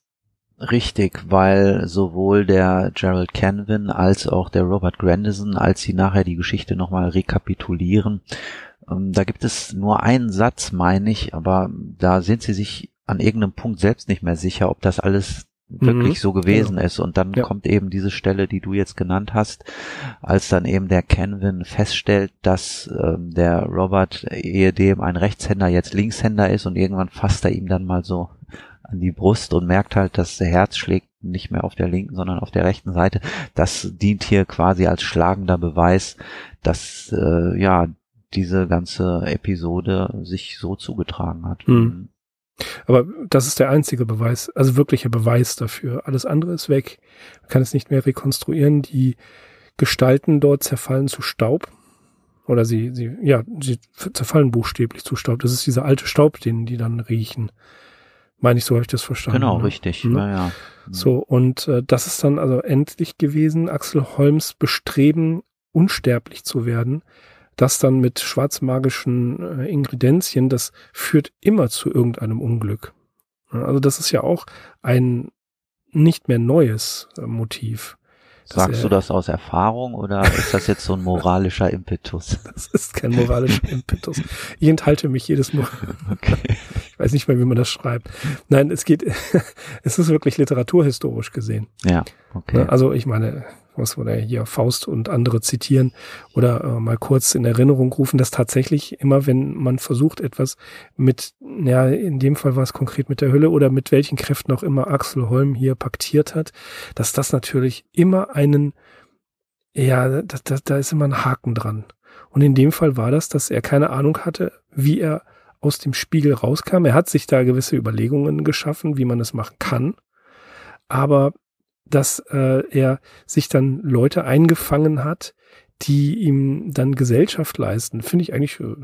Richtig, weil sowohl der Gerald Canvin als auch der Robert Grandison, als sie nachher die Geschichte nochmal rekapitulieren, ähm, da gibt es nur einen Satz, meine ich, aber da sind sie sich an irgendeinem Punkt selbst nicht mehr sicher, ob das alles wirklich mhm, so gewesen genau. ist. Und dann ja. kommt eben diese Stelle, die du jetzt genannt hast, als dann eben der Canvin feststellt, dass ähm, der Robert ehedem ein Rechtshänder jetzt Linkshänder ist, und irgendwann fasst er ihm dann mal so an die Brust und merkt halt, dass das Herz schlägt nicht mehr auf der linken, sondern auf der rechten Seite. Das dient hier quasi als schlagender Beweis, dass äh, ja diese ganze Episode sich so zugetragen hat. Mhm. Aber das ist der einzige Beweis, also wirklicher Beweis dafür. Alles andere ist weg. Man kann es nicht mehr rekonstruieren. Die Gestalten dort zerfallen zu Staub. Oder sie, sie, ja, sie zerfallen buchstäblich zu Staub. Das ist dieser alte Staub, den die dann riechen. Meine ich, so habe ich das verstanden. Genau, ne? richtig. Mhm. Ja, ja. Mhm. So, und äh, das ist dann also endlich gewesen, Axel Holms Bestreben, unsterblich zu werden. Das dann mit schwarzmagischen äh, Ingredienzien, das führt immer zu irgendeinem Unglück. Also das ist ja auch ein nicht mehr neues äh, Motiv. Sagst er, du das aus Erfahrung oder ist das jetzt so ein moralischer Impetus? Das ist kein moralischer Impetus. Ich enthalte mich jedes Mal. Okay. Ich weiß nicht mehr, wie man das schreibt. Nein, es geht, es ist wirklich literaturhistorisch gesehen. Ja, okay. Also ich meine, was wir hier Faust und andere zitieren oder äh, mal kurz in Erinnerung rufen, dass tatsächlich immer, wenn man versucht, etwas mit, ja, in dem Fall war es konkret mit der Hölle oder mit welchen Kräften auch immer Axel Holm hier paktiert hat, dass das natürlich immer einen, ja, da, da, da ist immer ein Haken dran. Und in dem Fall war das, dass er keine Ahnung hatte, wie er aus dem Spiegel rauskam. Er hat sich da gewisse Überlegungen geschaffen, wie man es machen kann, aber dass äh, er sich dann Leute eingefangen hat, die ihm dann Gesellschaft leisten, finde ich eigentlich äh,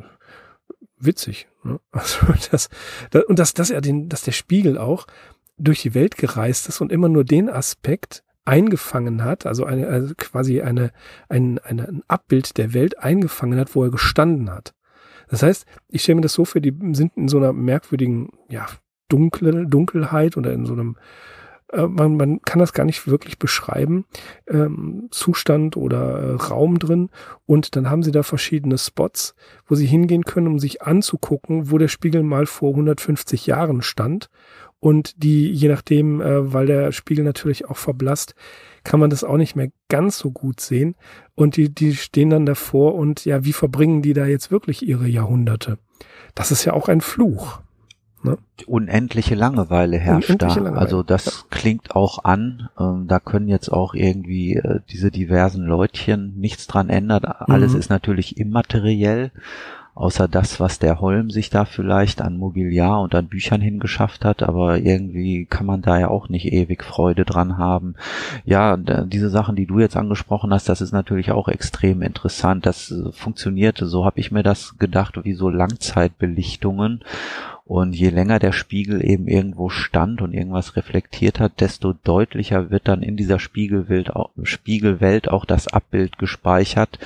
witzig. Ne? Also das, das und dass, dass er den, dass der Spiegel auch durch die Welt gereist ist und immer nur den Aspekt eingefangen hat, also, eine, also quasi eine, ein, eine, ein Abbild der Welt eingefangen hat, wo er gestanden hat. Das heißt, ich stelle mir das so vor, die sind in so einer merkwürdigen, ja, dunkle, Dunkelheit oder in so einem, äh, man, man kann das gar nicht wirklich beschreiben, ähm, Zustand oder äh, Raum drin, und dann haben sie da verschiedene Spots, wo sie hingehen können, um sich anzugucken, wo der Spiegel mal vor hundertfünfzig Jahren stand. Und die, je nachdem, äh, weil der Spiegel natürlich auch verblasst, kann man das auch nicht mehr ganz so gut sehen. Und die, die stehen dann davor und ja, wie verbringen die da jetzt wirklich ihre Jahrhunderte? Das ist ja auch ein Fluch. Ne? Unendliche Langeweile herrscht Unendliche da. Langeweile. Also das ja. klingt auch an. Ähm, da können jetzt auch irgendwie äh, diese diversen Leutchen nichts dran ändern. Alles mhm. ist natürlich immateriell. Außer das, was der Holm sich da vielleicht an Mobiliar und an Büchern hingeschafft hat, aber irgendwie kann man da ja auch nicht ewig Freude dran haben. Ja, diese Sachen, die du jetzt angesprochen hast, das ist natürlich auch extrem interessant. Das funktionierte, so habe ich mir das gedacht, wie so Langzeitbelichtungen. Und je länger der Spiegel eben irgendwo stand und irgendwas reflektiert hat, desto deutlicher wird dann in dieser Spiegelwelt auch, Spiegelwelt auch das Abbild gespeichert.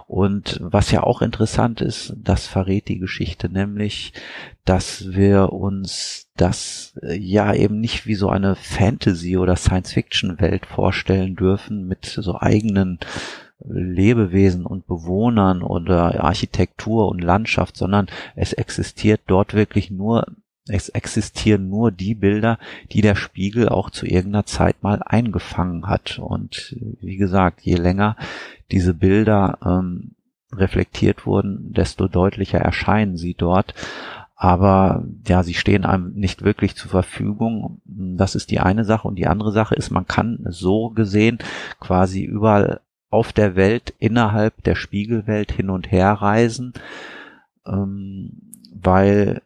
Und was ja auch interessant ist, das verrät die Geschichte, nämlich, dass wir uns das ja eben nicht wie so eine Fantasy- oder Science-Fiction-Welt vorstellen dürfen mit so eigenen Lebewesen und Bewohnern oder Architektur und Landschaft, sondern es existiert dort wirklich nur, es existieren nur die Bilder, die der Spiegel auch zu irgendeiner Zeit mal eingefangen hat. Und wie gesagt, je länger diese Bilder ähm, reflektiert wurden, desto deutlicher erscheinen sie dort. Aber ja, sie stehen einem nicht wirklich zur Verfügung. Das ist die eine Sache. Und die andere Sache ist, man kann so gesehen quasi überall auf der Welt, innerhalb der Spiegelwelt hin und her reisen, ähm, weil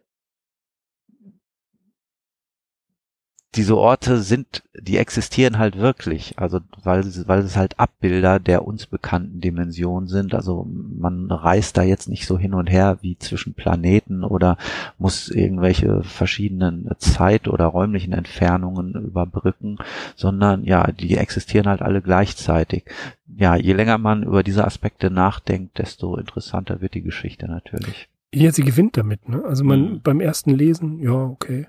diese Orte sind, die existieren halt wirklich, also weil, weil es halt Abbilder der uns bekannten Dimension sind. Also man reist da jetzt nicht so hin und her wie zwischen Planeten oder muss irgendwelche verschiedenen Zeit- oder räumlichen Entfernungen überbrücken, sondern ja, die existieren halt alle gleichzeitig. Ja, je länger man über diese Aspekte nachdenkt, desto interessanter wird die Geschichte natürlich. Ja, sie gewinnt damit, ne? Also man mhm. beim ersten Lesen, ja, okay.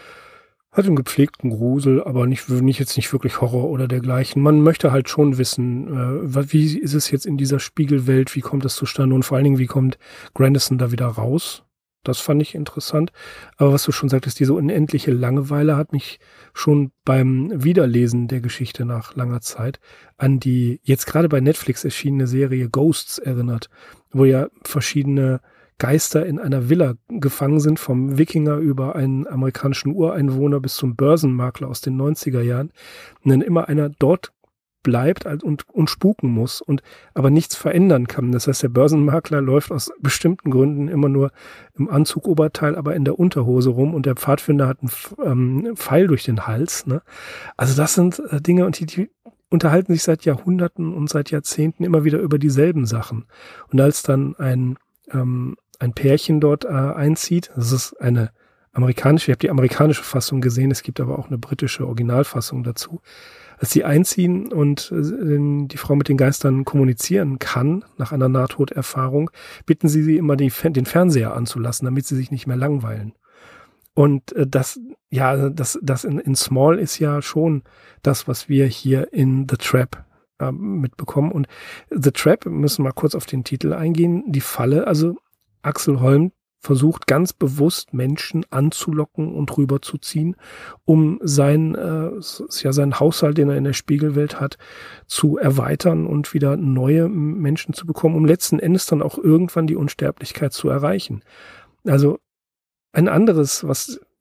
Hat einen gepflegten Grusel, aber nicht, nicht jetzt nicht wirklich Horror oder dergleichen. Man möchte halt schon wissen, äh, wie ist es jetzt in dieser Spiegelwelt, wie kommt es zustande und vor allen Dingen, wie kommt Grandison da wieder raus? Das fand ich interessant. Aber was du schon sagtest, diese unendliche Langeweile hat mich schon beim Wiederlesen der Geschichte nach langer Zeit an die jetzt gerade bei Netflix erschienene Serie Ghosts erinnert, wo ja verschiedene Geister in einer Villa gefangen sind, vom Wikinger über einen amerikanischen Ureinwohner bis zum Börsenmakler aus den neunziger Jahren. Und dann immer einer dort bleibt und, und spuken muss und aber nichts verändern kann. Das heißt, der Börsenmakler läuft aus bestimmten Gründen immer nur im Anzugoberteil, aber in der Unterhose rum, und der Pfadfinder hat einen ähm, Pfeil durch den Hals. Ne? Also das sind äh, Dinge, und die, die unterhalten sich seit Jahrhunderten und seit Jahrzehnten immer wieder über dieselben Sachen. Und als dann ein ähm, ein Pärchen dort äh, einzieht. Das ist eine amerikanische, ich habe die amerikanische Fassung gesehen, es gibt aber auch eine britische Originalfassung dazu. Als sie einziehen und äh, die Frau mit den Geistern kommunizieren kann, nach einer Nahtoderfahrung, bitten sie sie immer, die, den Fernseher anzulassen, damit sie sich nicht mehr langweilen. Und äh, das, ja, das, das in, in Small ist ja schon das, was wir hier in The Trap äh, mitbekommen. Und The Trap, wir müssen mal kurz auf den Titel eingehen, die Falle, also Axel Holm versucht ganz bewusst Menschen anzulocken und rüberzuziehen, um sein, äh, ja, seinen Haushalt, den er in der Spiegelwelt hat, zu erweitern und wieder neue Menschen zu bekommen, um letzten Endes dann auch irgendwann die Unsterblichkeit zu erreichen. Also ein anderes, was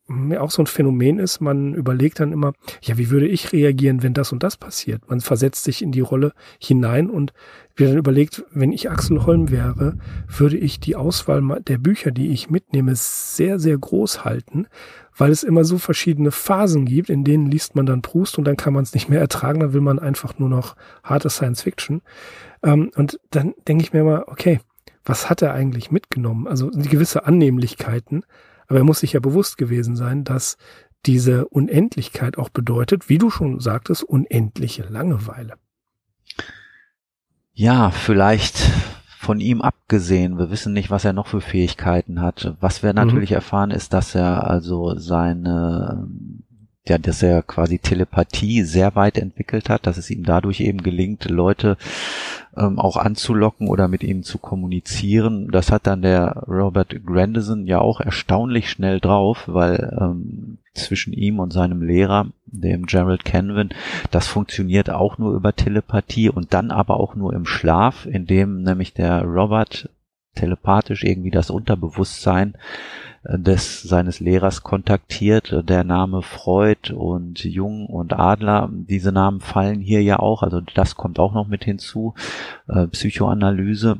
auch so ein Phänomen ist, man überlegt dann immer, ja, wie würde ich reagieren, wenn das und das passiert? Man versetzt sich in die Rolle hinein und wird dann überlegt, wenn ich Axel Holm wäre, würde ich die Auswahl der Bücher, die ich mitnehme, sehr, sehr groß halten, weil es immer so verschiedene Phasen gibt, in denen liest man dann Proust und dann kann man es nicht mehr ertragen, dann will man einfach nur noch harte Science Fiction. Ähm, und dann denke ich mir mal, okay, was hat er eigentlich mitgenommen? Also gewisse Annehmlichkeiten, aber er muss sich ja bewusst gewesen sein, dass diese Unendlichkeit auch bedeutet, wie du schon sagtest, unendliche Langeweile. Ja, vielleicht von ihm abgesehen. Wir wissen nicht, was er noch für Fähigkeiten hat. Was wir natürlich mhm. erfahren, ist, dass er also seine, ja, dass er quasi Telepathie sehr weit entwickelt hat, dass es ihm dadurch eben gelingt, Leute ähm, auch anzulocken oder mit ihnen zu kommunizieren. Das hat dann der Robert Grandison ja auch erstaunlich schnell drauf, weil ähm, zwischen ihm und seinem Lehrer, dem Gerald Canvin, das funktioniert auch nur über Telepathie und dann aber auch nur im Schlaf, indem nämlich der Robert telepathisch irgendwie das Unterbewusstsein des seines Lehrers kontaktiert. Der Name Freud und Jung und Adler, diese Namen fallen hier ja auch, also das kommt auch noch mit hinzu. Äh, Psychoanalyse.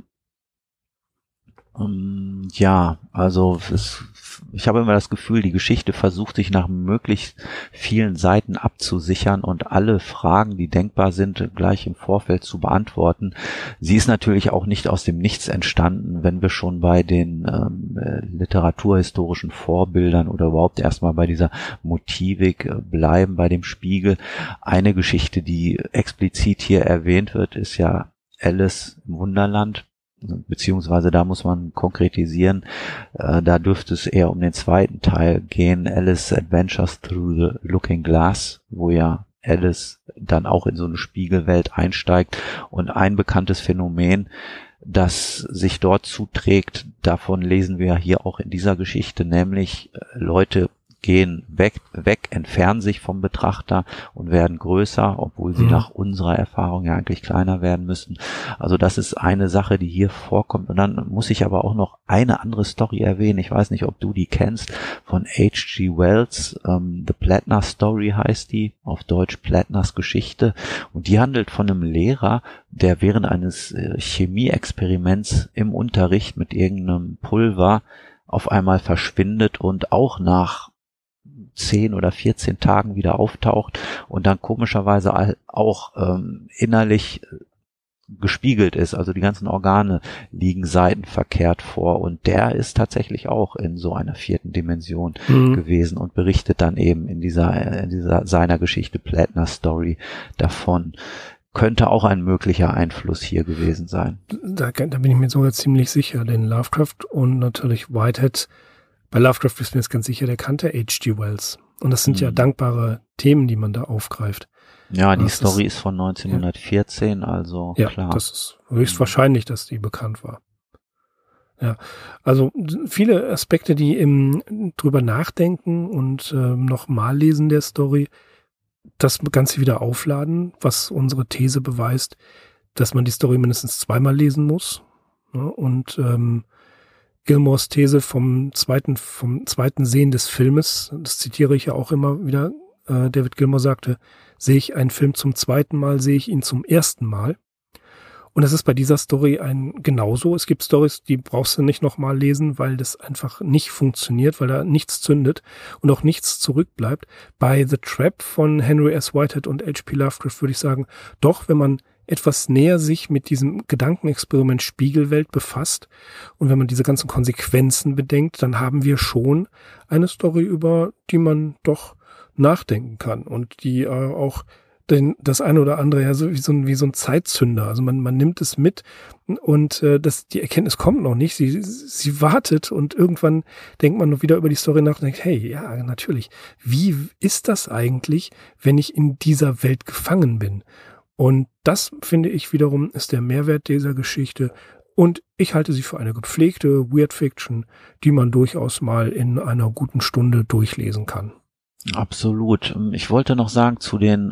Ähm, ja, also es, ich habe immer das Gefühl, die Geschichte versucht sich nach möglichst vielen Seiten abzusichern und alle Fragen, die denkbar sind, gleich im Vorfeld zu beantworten. Sie ist natürlich auch nicht aus dem Nichts entstanden, wenn wir schon bei den ähm, literaturhistorischen Vorbildern oder überhaupt erstmal bei dieser Motivik äh, bleiben, bei dem Spiegel. Eine Geschichte, die explizit hier erwähnt wird, ist ja Alice im Wunderland. Beziehungsweise da muss man konkretisieren, äh, da dürfte es eher um den zweiten Teil gehen, Alice Adventures Through the Looking Glass, wo ja Alice dann auch in so eine Spiegelwelt einsteigt und ein bekanntes Phänomen, das sich dort zuträgt, davon lesen wir hier auch in dieser Geschichte, nämlich äh, Leute gehen weg, weg, entfernen sich vom Betrachter und werden größer, obwohl sie mhm. nach unserer Erfahrung ja eigentlich kleiner werden müssen. Also das ist eine Sache, die hier vorkommt. Und dann muss ich aber auch noch eine andere Story erwähnen. Ich weiß nicht, ob du die kennst, von H G Wells. Ähm, The Plattner Story heißt die, auf Deutsch Plattners Geschichte. Und die handelt von einem Lehrer, der während eines äh, Chemieexperiments im Unterricht mit irgendeinem Pulver auf einmal verschwindet und auch nach zehn oder vierzehn Tagen wieder auftaucht und dann komischerweise auch ähm, innerlich gespiegelt ist. Also die ganzen Organe liegen seitenverkehrt vor und der ist tatsächlich auch in so einer vierten Dimension mhm. gewesen und berichtet dann eben in dieser, in dieser seiner Geschichte Plattner Story davon. Könnte auch ein möglicher Einfluss hier gewesen sein. Da, da bin ich mir sogar ziemlich sicher, denn Lovecraft und natürlich Whitehead, bei Lovecraft ist mir jetzt ganz sicher, der kannte H G Wells. Und das sind mhm. ja dankbare Themen, die man da aufgreift. Ja, die das Story ist, ist von neunzehnhundertvierzehn, ja. also ja, klar. Ja, das ist höchstwahrscheinlich, dass die bekannt war. Ja, also viele Aspekte, die im drüber nachdenken und ähm, nochmal lesen der Story, das Ganze wieder aufladen, was unsere These beweist, dass man die Story mindestens zweimal lesen muss. Ja, und ähm, Gilmores These vom zweiten, vom zweiten Sehen des Filmes, das zitiere ich ja auch immer wieder, äh, David Gilmour sagte, sehe ich einen Film zum zweiten Mal, sehe ich ihn zum ersten Mal. Und das ist bei dieser Story ein genauso. Es gibt Storys, die brauchst du nicht nochmal lesen, weil das einfach nicht funktioniert, weil da nichts zündet und auch nichts zurückbleibt. Bei The Trap von Henry S. Whitehead und H P Lovecraft würde ich sagen, doch, wenn man etwas näher sich mit diesem Gedankenexperiment Spiegelwelt befasst und wenn man diese ganzen Konsequenzen bedenkt, dann haben wir schon eine Story, über die man doch nachdenken kann und die äh, auch den, das eine oder andere ja so wie so ein, wie so ein Zeitzünder. Also man, man nimmt es mit und äh, das, die Erkenntnis kommt noch nicht. Sie, sie wartet und irgendwann denkt man noch wieder über die Story nach und denkt, hey, ja, natürlich. Wie ist das eigentlich, wenn ich in dieser Welt gefangen bin? Und das, finde ich, wiederum ist der Mehrwert dieser Geschichte. Und ich halte sie für eine gepflegte Weird Fiction, die man durchaus mal in einer guten Stunde durchlesen kann. Absolut. Ich wollte noch sagen, zu den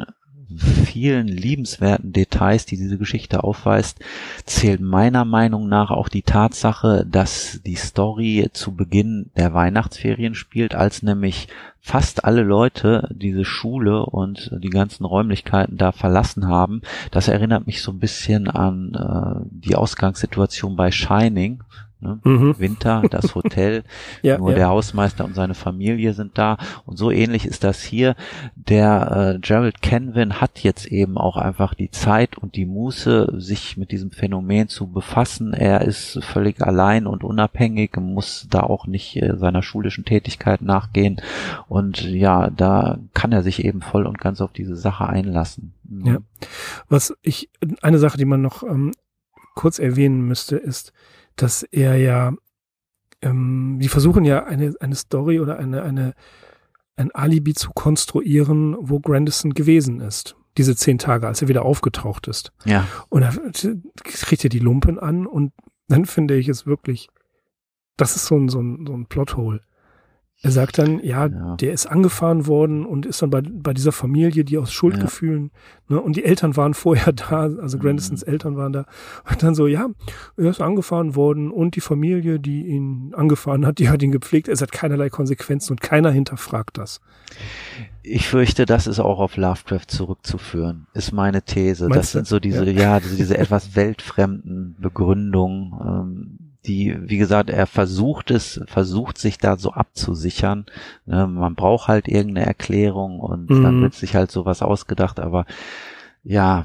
vielen liebenswerten Details, die diese Geschichte aufweist, zählt meiner Meinung nach auch die Tatsache, dass die Story zu Beginn der Weihnachtsferien spielt, als nämlich fast alle Leute diese Schule und die ganzen Räumlichkeiten da verlassen haben. Das erinnert mich so ein bisschen an äh, die Ausgangssituation bei Shining. Ne? Mhm. Winter, das Hotel, ja, nur ja. Der Hausmeister und seine Familie sind da, und so ähnlich ist das hier. Der äh, Gerald Kenwin hat jetzt eben auch einfach die Zeit und die Muße, sich mit diesem Phänomen zu befassen. Er ist völlig allein und unabhängig, muss da auch nicht äh, seiner schulischen Tätigkeit nachgehen, und ja, da kann er sich eben voll und ganz auf diese Sache einlassen. Mhm. Ja, was ich, eine Sache, die man noch ähm, kurz erwähnen müsste, ist, dass er ja, ähm, die versuchen ja eine eine Story oder eine eine ein Alibi zu konstruieren, wo Grandison gewesen ist, diese zehn Tage, als er wieder aufgetaucht ist. Ja. Und er kriegt ja die Lumpen an, und dann finde ich es wirklich, das ist so ein so ein so ein Plothole. Er sagt dann, ja, ja, der ist angefahren worden und ist dann bei, bei dieser Familie, die aus Schuldgefühlen, ja. ne, und die Eltern waren vorher da, also Grandisons mhm. Eltern waren da, und dann so, ja, er ist angefahren worden, und die Familie, die ihn angefahren hat, die hat ihn gepflegt, es hat keinerlei Konsequenzen und keiner hinterfragt das. Ich fürchte, das ist auch auf Lovecraft zurückzuführen, ist meine These. Meinst das du? Sind so diese, ja, ja diese, diese etwas weltfremden Begründungen, ähm, die, wie gesagt, er versucht es, versucht sich da so abzusichern. Ne, man braucht halt irgendeine Erklärung, und mhm. dann wird sich halt sowas ausgedacht, aber ja.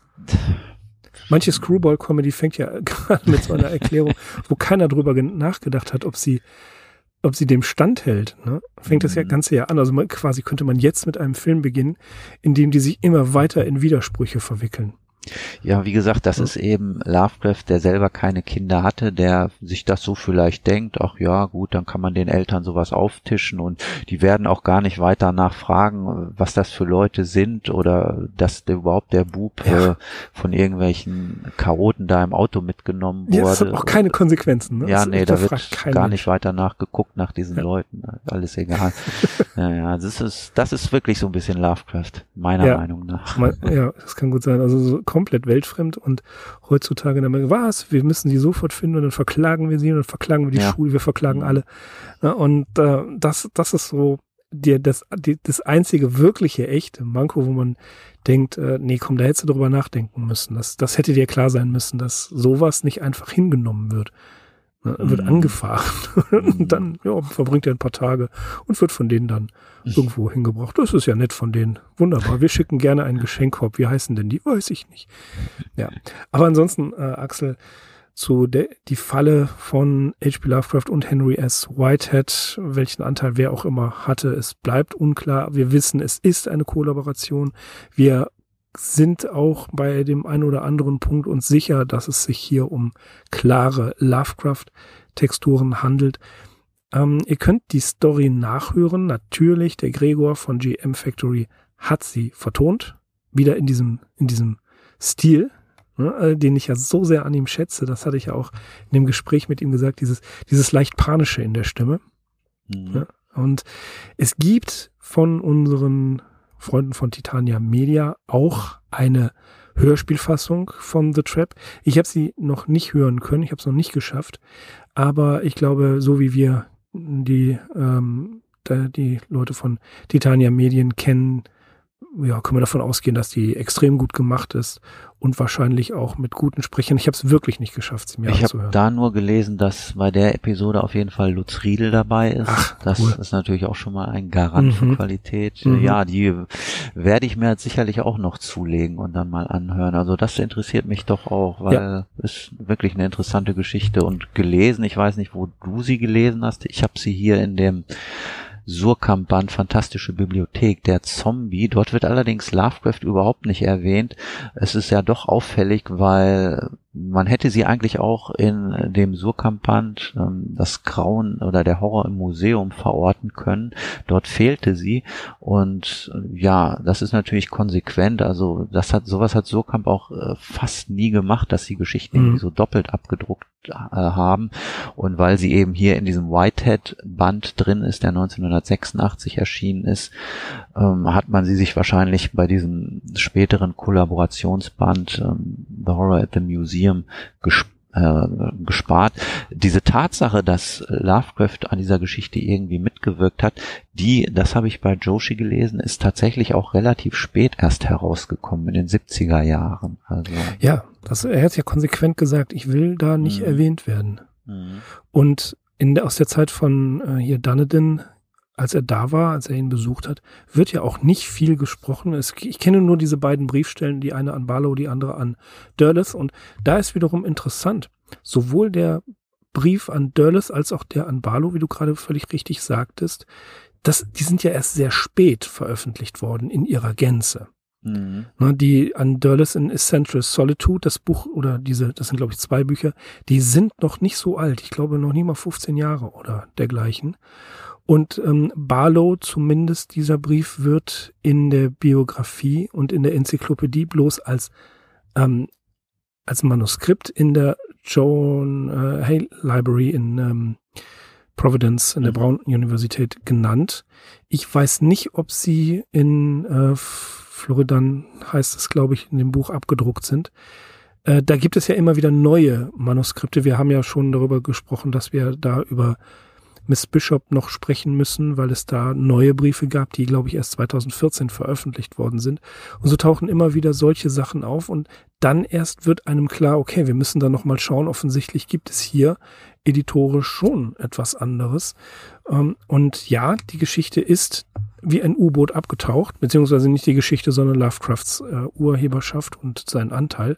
Manche Screwball-Comedy fängt ja gerade mit so einer Erklärung, wo keiner drüber nachgedacht hat, ob sie, ob sie dem standhält. Ne? Fängt mhm. das ja Ganze ja an. Also man, quasi könnte man jetzt mit einem Film beginnen, in dem die sich immer weiter in Widersprüche verwickeln. Ja, wie gesagt, das ja. ist eben Lovecraft, der selber keine Kinder hatte, der sich das so vielleicht denkt, ach ja, gut, dann kann man den Eltern sowas auftischen, und die werden auch gar nicht weiter nachfragen, was das für Leute sind, oder dass der, überhaupt der Bub ja. äh, von irgendwelchen Chaoten da im Auto mitgenommen wurde. Ja, das hat auch keine Konsequenzen. Ne? Ja, nee, da wird gar Mensch. nicht weiter nachgeguckt nach diesen ja. Leuten. Alles egal. ja, ja, das ist, das ist wirklich so ein bisschen Lovecraft, meiner ja. Meinung nach. Ja, das kann gut sein. Also so komplett weltfremd, und heutzutage dann mal, was, wir müssen die sofort finden, und dann verklagen wir sie, und dann verklagen wir die ja. Schule, wir verklagen alle. Ja, und äh, das, das ist so die, das, die, das einzige wirkliche, echte Manko, wo man denkt, äh, nee, komm, da hättest du drüber nachdenken müssen. Das, das hätte dir klar sein müssen, dass sowas nicht einfach hingenommen wird. Ne, wird mm. angefahren und dann ja, verbringt er ein paar Tage und wird von denen dann irgendwo hingebracht. Das ist ja nett von denen. Wunderbar. Wir schicken gerne einen Geschenkkorb. Wie heißen denn die? Weiß ich nicht. Ja. Aber ansonsten, äh, Axel, zu der, die Falle von H P Lovecraft und Henry S. Whitehead, welchen Anteil wer auch immer hatte, es bleibt unklar. Wir wissen, es ist eine Kollaboration. Wir sind auch bei dem einen oder anderen Punkt uns sicher, dass es sich hier um klare Lovecraft-Texturen handelt. Ähm, ihr könnt die Story nachhören. Natürlich, der Gregor von G M Factory hat sie vertont. Wieder in diesem, in diesem Stil, ne, den ich ja so sehr an ihm schätze. Das hatte ich ja auch in dem Gespräch mit ihm gesagt, dieses, dieses leicht Panische in der Stimme. Mhm. Ja, und es gibt von unseren Freunden von Titania Media auch eine Hörspielfassung von The Trap. Ich habe sie noch nicht hören können, ich habe es noch nicht geschafft, aber ich glaube, so wie wir die, ähm, die Leute von Titania Medien kennen, ja, können wir davon ausgehen, dass die extrem gut gemacht ist und wahrscheinlich auch mit guten Sprechern. Ich habe es wirklich nicht geschafft, sie mir ich anzuhören. Ich habe da nur gelesen, dass bei der Episode auf jeden Fall Lutz Riedel dabei ist. Ach, das cool. ist natürlich auch schon mal ein Garant mhm. für Qualität. Mhm. Ja, die werde ich mir jetzt sicherlich auch noch zulegen und dann mal anhören. Also das interessiert mich doch auch, weil ja. es wirklich eine interessante Geschichte, und gelesen, ich weiß nicht, wo du sie gelesen hast. Ich habe sie hier in dem Surkamp-Band Fantastische Bibliothek, der Zombie. Dort wird allerdings Lovecraft überhaupt nicht erwähnt. Es ist ja doch auffällig, weil man hätte sie eigentlich auch in dem Suhrkamp-Band, ähm, das Grauen oder der Horror im Museum verorten können. Dort fehlte sie und äh, ja, das ist natürlich konsequent. Also das hat sowas hat Suhrkamp auch äh, fast nie gemacht, dass sie Geschichten mhm. irgendwie so doppelt abgedruckt äh, haben. Und weil sie eben hier in diesem Whitehead-Band drin ist, der neunzehnhundertsechsundachtzig erschienen ist, ähm, hat man sie sich wahrscheinlich bei diesem späteren Kollaborationsband ähm, The Horror at the Museum gesp- äh, gespart. Diese Tatsache, dass Lovecraft an dieser Geschichte irgendwie mitgewirkt hat, die, das habe ich bei Joshi gelesen, ist tatsächlich auch relativ spät erst herausgekommen, in den siebziger Jahren. Also, ja, das, er hat ja konsequent gesagt, ich will da nicht mhm. erwähnt werden. Mhm. Und in der, aus der Zeit von äh, hier Dunedin, als er da war, als er ihn besucht hat, wird ja auch nicht viel gesprochen. Es, ich kenne nur diese beiden Briefstellen, die eine an Barlow, die andere an Derleth. Und da ist wiederum interessant, sowohl der Brief an Derleth als auch der an Barlow, wie du gerade völlig richtig sagtest, das, die sind ja erst sehr spät veröffentlicht worden in ihrer Gänze. Mhm. Na, die an Derleth in Essential Solitude, das Buch, oder diese, das sind glaube ich zwei Bücher, die sind noch nicht so alt. Ich glaube noch nie mal fünfzehn Jahre oder dergleichen. Und ähm, Barlow, zumindest dieser Brief, wird in der Biografie und in der Enzyklopädie bloß als ähm, als Manuskript in der Joan äh, Hay Library in ähm, Providence in der Brown Universität genannt. Ich weiß nicht, ob sie in äh, Floridan, heißt es glaube ich, in dem Buch abgedruckt sind. Äh, da gibt es ja immer wieder neue Manuskripte. Wir haben ja schon darüber gesprochen, dass wir da über Miss Bishop noch sprechen müssen, weil es da neue Briefe gab, die, glaube ich, erst zweitausendvierzehn veröffentlicht worden sind. Und so tauchen immer wieder solche Sachen auf und dann erst wird einem klar, okay, wir müssen da nochmal schauen. Offensichtlich gibt es hier editorisch schon etwas anderes. Und ja, die Geschichte ist wie ein U-Boot abgetaucht, beziehungsweise nicht die Geschichte, sondern Lovecrafts äh, Urheberschaft und sein Anteil,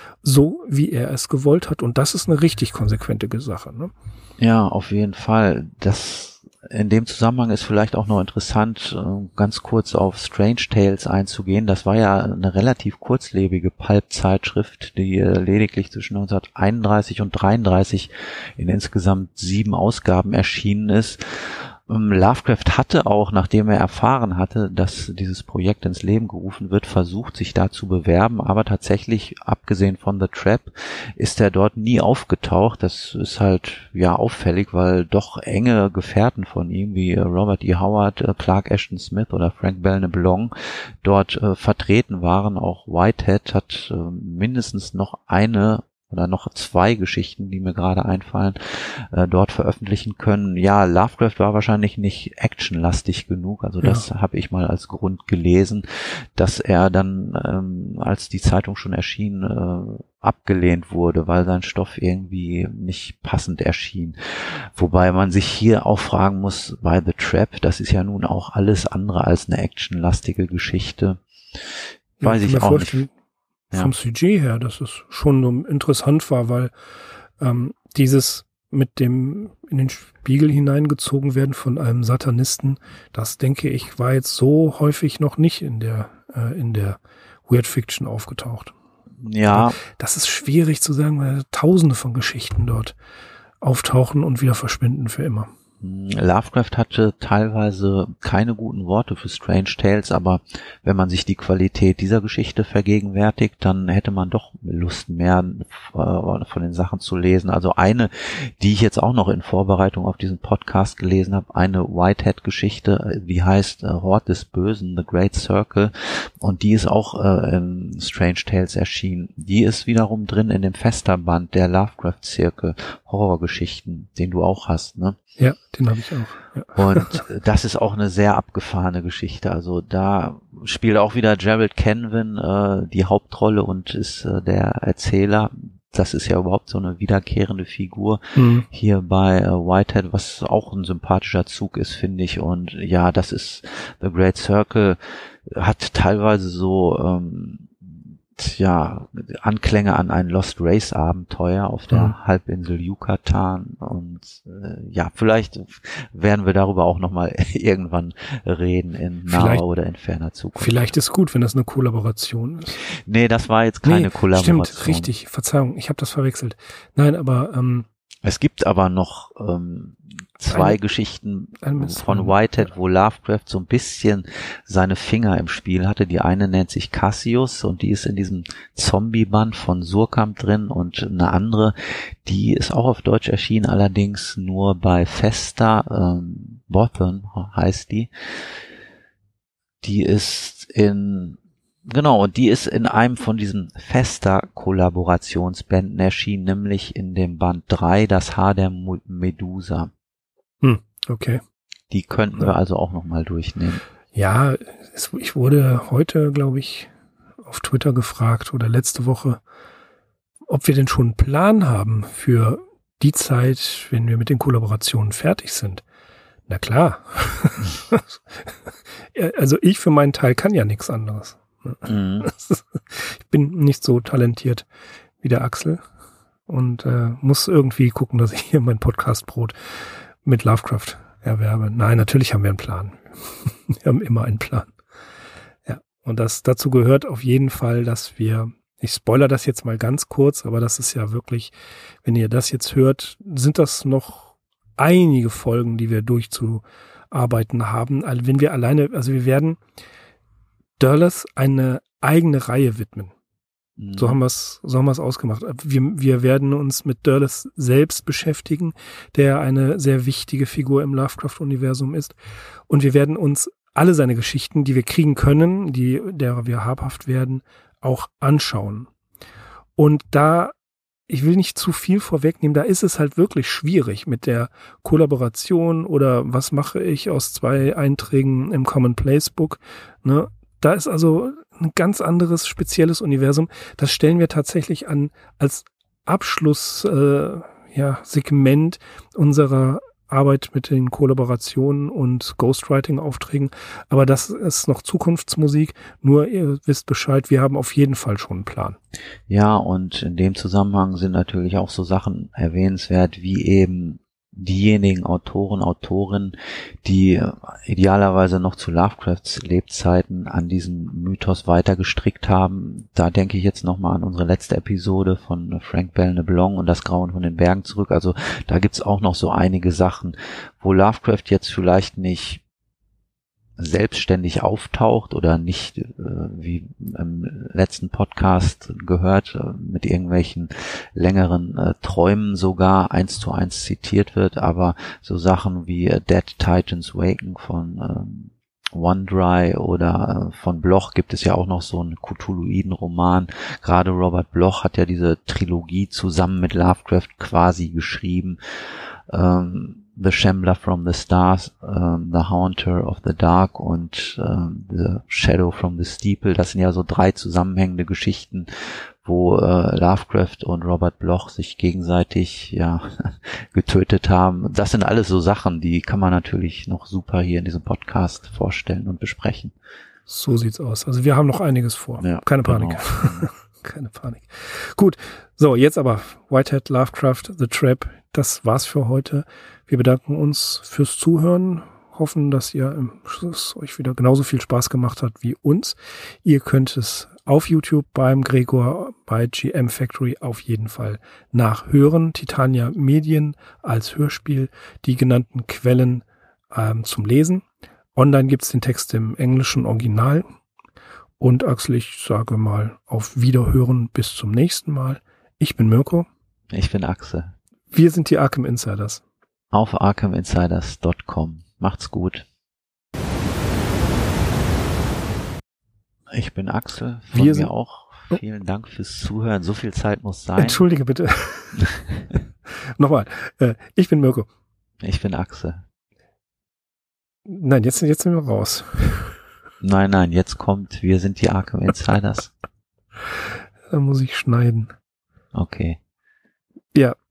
so wie er es gewollt hat. Und das ist eine richtig konsequente Sache, ne? Ja, auf jeden Fall. Das in dem Zusammenhang ist vielleicht auch noch interessant, ganz kurz auf Strange Tales einzugehen. Das war ja eine relativ kurzlebige Pulp-Zeitschrift, die lediglich zwischen neunzehnhunderteinunddreißig und dreiunddreißig in insgesamt sieben Ausgaben erschienen ist. Lovecraft hatte auch, nachdem er erfahren hatte, dass dieses Projekt ins Leben gerufen wird, versucht, sich da zu bewerben, aber tatsächlich, abgesehen von The Trap, ist er dort nie aufgetaucht. Das ist halt, ja, auffällig, weil doch enge Gefährten von ihm, wie Robert E. Howard, Clark Ashton Smith oder Frank Belknap dort äh, vertreten waren. Auch Whitehead hat äh, mindestens noch eine oder noch zwei Geschichten, die mir gerade einfallen, äh, dort veröffentlichen können. Ja, Lovecraft war wahrscheinlich nicht actionlastig genug, also das ja. habe ich mal als Grund gelesen, dass er dann, ähm, als die Zeitung schon erschien, äh, abgelehnt wurde, weil sein Stoff irgendwie nicht passend erschien. Wobei man sich hier auch fragen muss, bei The Trap, das ist ja nun auch alles andere als eine actionlastige Geschichte. Ja, Weiß ich auch nicht. Vom ja. Sujet her, dass es schon interessant war, weil ähm, dieses mit dem in den Spiegel hineingezogen werden von einem Satanisten, das denke ich, war jetzt so häufig noch nicht in der äh, in der Weird Fiction aufgetaucht. Ja. Das ist schwierig zu sagen, weil Tausende von Geschichten dort auftauchen und wieder verschwinden für immer. Lovecraft hatte teilweise keine guten Worte für Strange Tales, aber wenn man sich die Qualität dieser Geschichte vergegenwärtigt, dann hätte man doch Lust, mehr von den Sachen zu lesen. Also eine, die ich jetzt auch noch in Vorbereitung auf diesen Podcast gelesen habe, eine Whitehead-Geschichte, die heißt Hort des Bösen, The Great Circle, und die ist auch äh, in Strange Tales erschienen. Die ist wiederum drin in dem Festerband der Lovecraft-Zirkel, Horrorgeschichten, den du auch hast, ne? Ja, den habe ich auch. Ja. Und das ist auch eine sehr abgefahrene Geschichte. Also da spielt auch wieder Gerald Kenwin äh, die Hauptrolle und ist äh, der Erzähler. Das ist ja überhaupt so eine wiederkehrende Figur mhm. hier bei äh, Whitehead, was auch ein sympathischer Zug ist, finde ich. Und ja, das ist The Great Circle, hat teilweise so ähm, hat ja Anklänge an ein Lost Race Abenteuer auf der mhm. Halbinsel Yucatan und äh, ja, vielleicht werden wir darüber auch nochmal irgendwann reden in naher vielleicht, oder in ferner Zukunft. Vielleicht ist gut, wenn das eine Kollaboration ist. Nee, das war jetzt keine nee, Kollaboration. Stimmt, richtig, Verzeihung, ich habe das verwechselt. Nein, aber ähm, es gibt aber noch ähm, zwei eine, Geschichten eine von Whitehead, wo Lovecraft so ein bisschen seine Finger im Spiel hatte. Die eine nennt sich Cassius und die ist in diesem Zombie-Band von Surkamp drin und eine andere, die ist auch auf Deutsch erschienen, allerdings nur bei Festa, ähm, Botham heißt die. Die ist in Genau, und die ist in einem von diesen Festa-Kollaborationsbänden erschienen, nämlich in dem Band drei, das Haar der Medusa. Hm, okay. Die könnten ja. wir also auch nochmal durchnehmen. Ja, es, ich wurde heute, glaube ich, auf Twitter gefragt oder letzte Woche, ob wir denn schon einen Plan haben für die Zeit, wenn wir mit den Kollaborationen fertig sind. Na klar. Also ich für meinen Teil kann ja nichts anderes. Mhm. Ich bin nicht so talentiert wie der Axel und äh, muss irgendwie gucken, dass ich hier mein Podcast-Brot mit Lovecraft erwerbe. Nein, natürlich haben wir einen Plan. Wir haben immer einen Plan. Ja, und das dazu gehört auf jeden Fall, dass wir, ich spoilere das jetzt mal ganz kurz, aber das ist ja wirklich, wenn ihr das jetzt hört, sind das noch einige Folgen, die wir durchzuarbeiten haben. Also wenn wir alleine, also wir werden Derleth eine eigene Reihe widmen. Mhm. So haben wir es, so haben wir es ausgemacht. Wir, wir werden uns mit Derleth selbst beschäftigen, der eine sehr wichtige Figur im Lovecraft-Universum ist. Und wir werden uns alle seine Geschichten, die wir kriegen können, die, derer wir habhaft werden, auch anschauen. Und da, ich will nicht zu viel vorwegnehmen, da ist es halt wirklich schwierig mit der Kollaboration oder was mache ich aus zwei Einträgen im Commonplace Book, ne? Da ist also ein ganz anderes, spezielles Universum. Das stellen wir tatsächlich an als Abschluss, äh, ja, Segment unserer Arbeit mit den Kollaborationen und Ghostwriting-Aufträgen. Aber das ist noch Zukunftsmusik. Nur ihr wisst Bescheid, wir haben auf jeden Fall schon einen Plan. Ja, und in dem Zusammenhang sind natürlich auch so Sachen erwähnenswert, wie eben diejenigen Autoren, Autorinnen, die idealerweise noch zu Lovecrafts Lebzeiten an diesem Mythos weiter gestrickt haben. Da denke ich jetzt nochmal an unsere letzte Episode von Frank Belknap und das Grauen von den Bergen zurück. Also da gibt's auch noch so einige Sachen, wo Lovecraft jetzt vielleicht nicht selbstständig auftaucht oder nicht, äh, wie im letzten Podcast gehört, äh, mit irgendwelchen längeren äh, Träumen sogar eins zu eins zitiert wird, aber so Sachen wie äh, Dead Titans Waken von ähm, OneDry oder äh, von Bloch gibt es ja auch noch so einen Cthulhuiden-Roman. Gerade Robert Bloch hat ja diese Trilogie zusammen mit Lovecraft quasi geschrieben. Ähm, The Shambler from the Stars, um, The Haunter of the Dark und um, The Shadow from the Steeple. Das sind ja so drei zusammenhängende Geschichten, wo uh, Lovecraft und Robert Bloch sich gegenseitig ja getötet haben. Das sind alles so Sachen, die kann man natürlich noch super hier in diesem Podcast vorstellen und besprechen. So sieht's aus. Also wir haben noch einiges vor. Ja, keine Panik. Genau. Keine Panik. Gut, so jetzt aber Whitehead, Lovecraft, The Trap. Das war's für heute. Wir bedanken uns fürs Zuhören, hoffen, dass ihr im Schluss euch wieder genauso viel Spaß gemacht habt wie uns. Ihr könnt es auf YouTube beim Gregor bei G M Factory auf jeden Fall nachhören. Titania Medien als Hörspiel, die genannten Quellen ähm, zum Lesen. Online gibt's den Text im englischen Original. Und Axel, ich sage mal auf Wiederhören bis zum nächsten Mal. Ich bin Mirko. Ich bin Axel. Wir sind die Arkham Insiders. Auf arkham insiders dot com. Macht's gut. Ich bin Axel. Von Wir mir sind auch. Vielen Dank fürs Zuhören. So viel Zeit muss sein. Entschuldige bitte. Nochmal. Äh, ich bin Mirko. Ich bin Axel. Nein, jetzt, jetzt sind wir raus. Nein, nein, jetzt kommt, wir sind die Arkham Insiders. Da muss ich schneiden. Okay. Ja,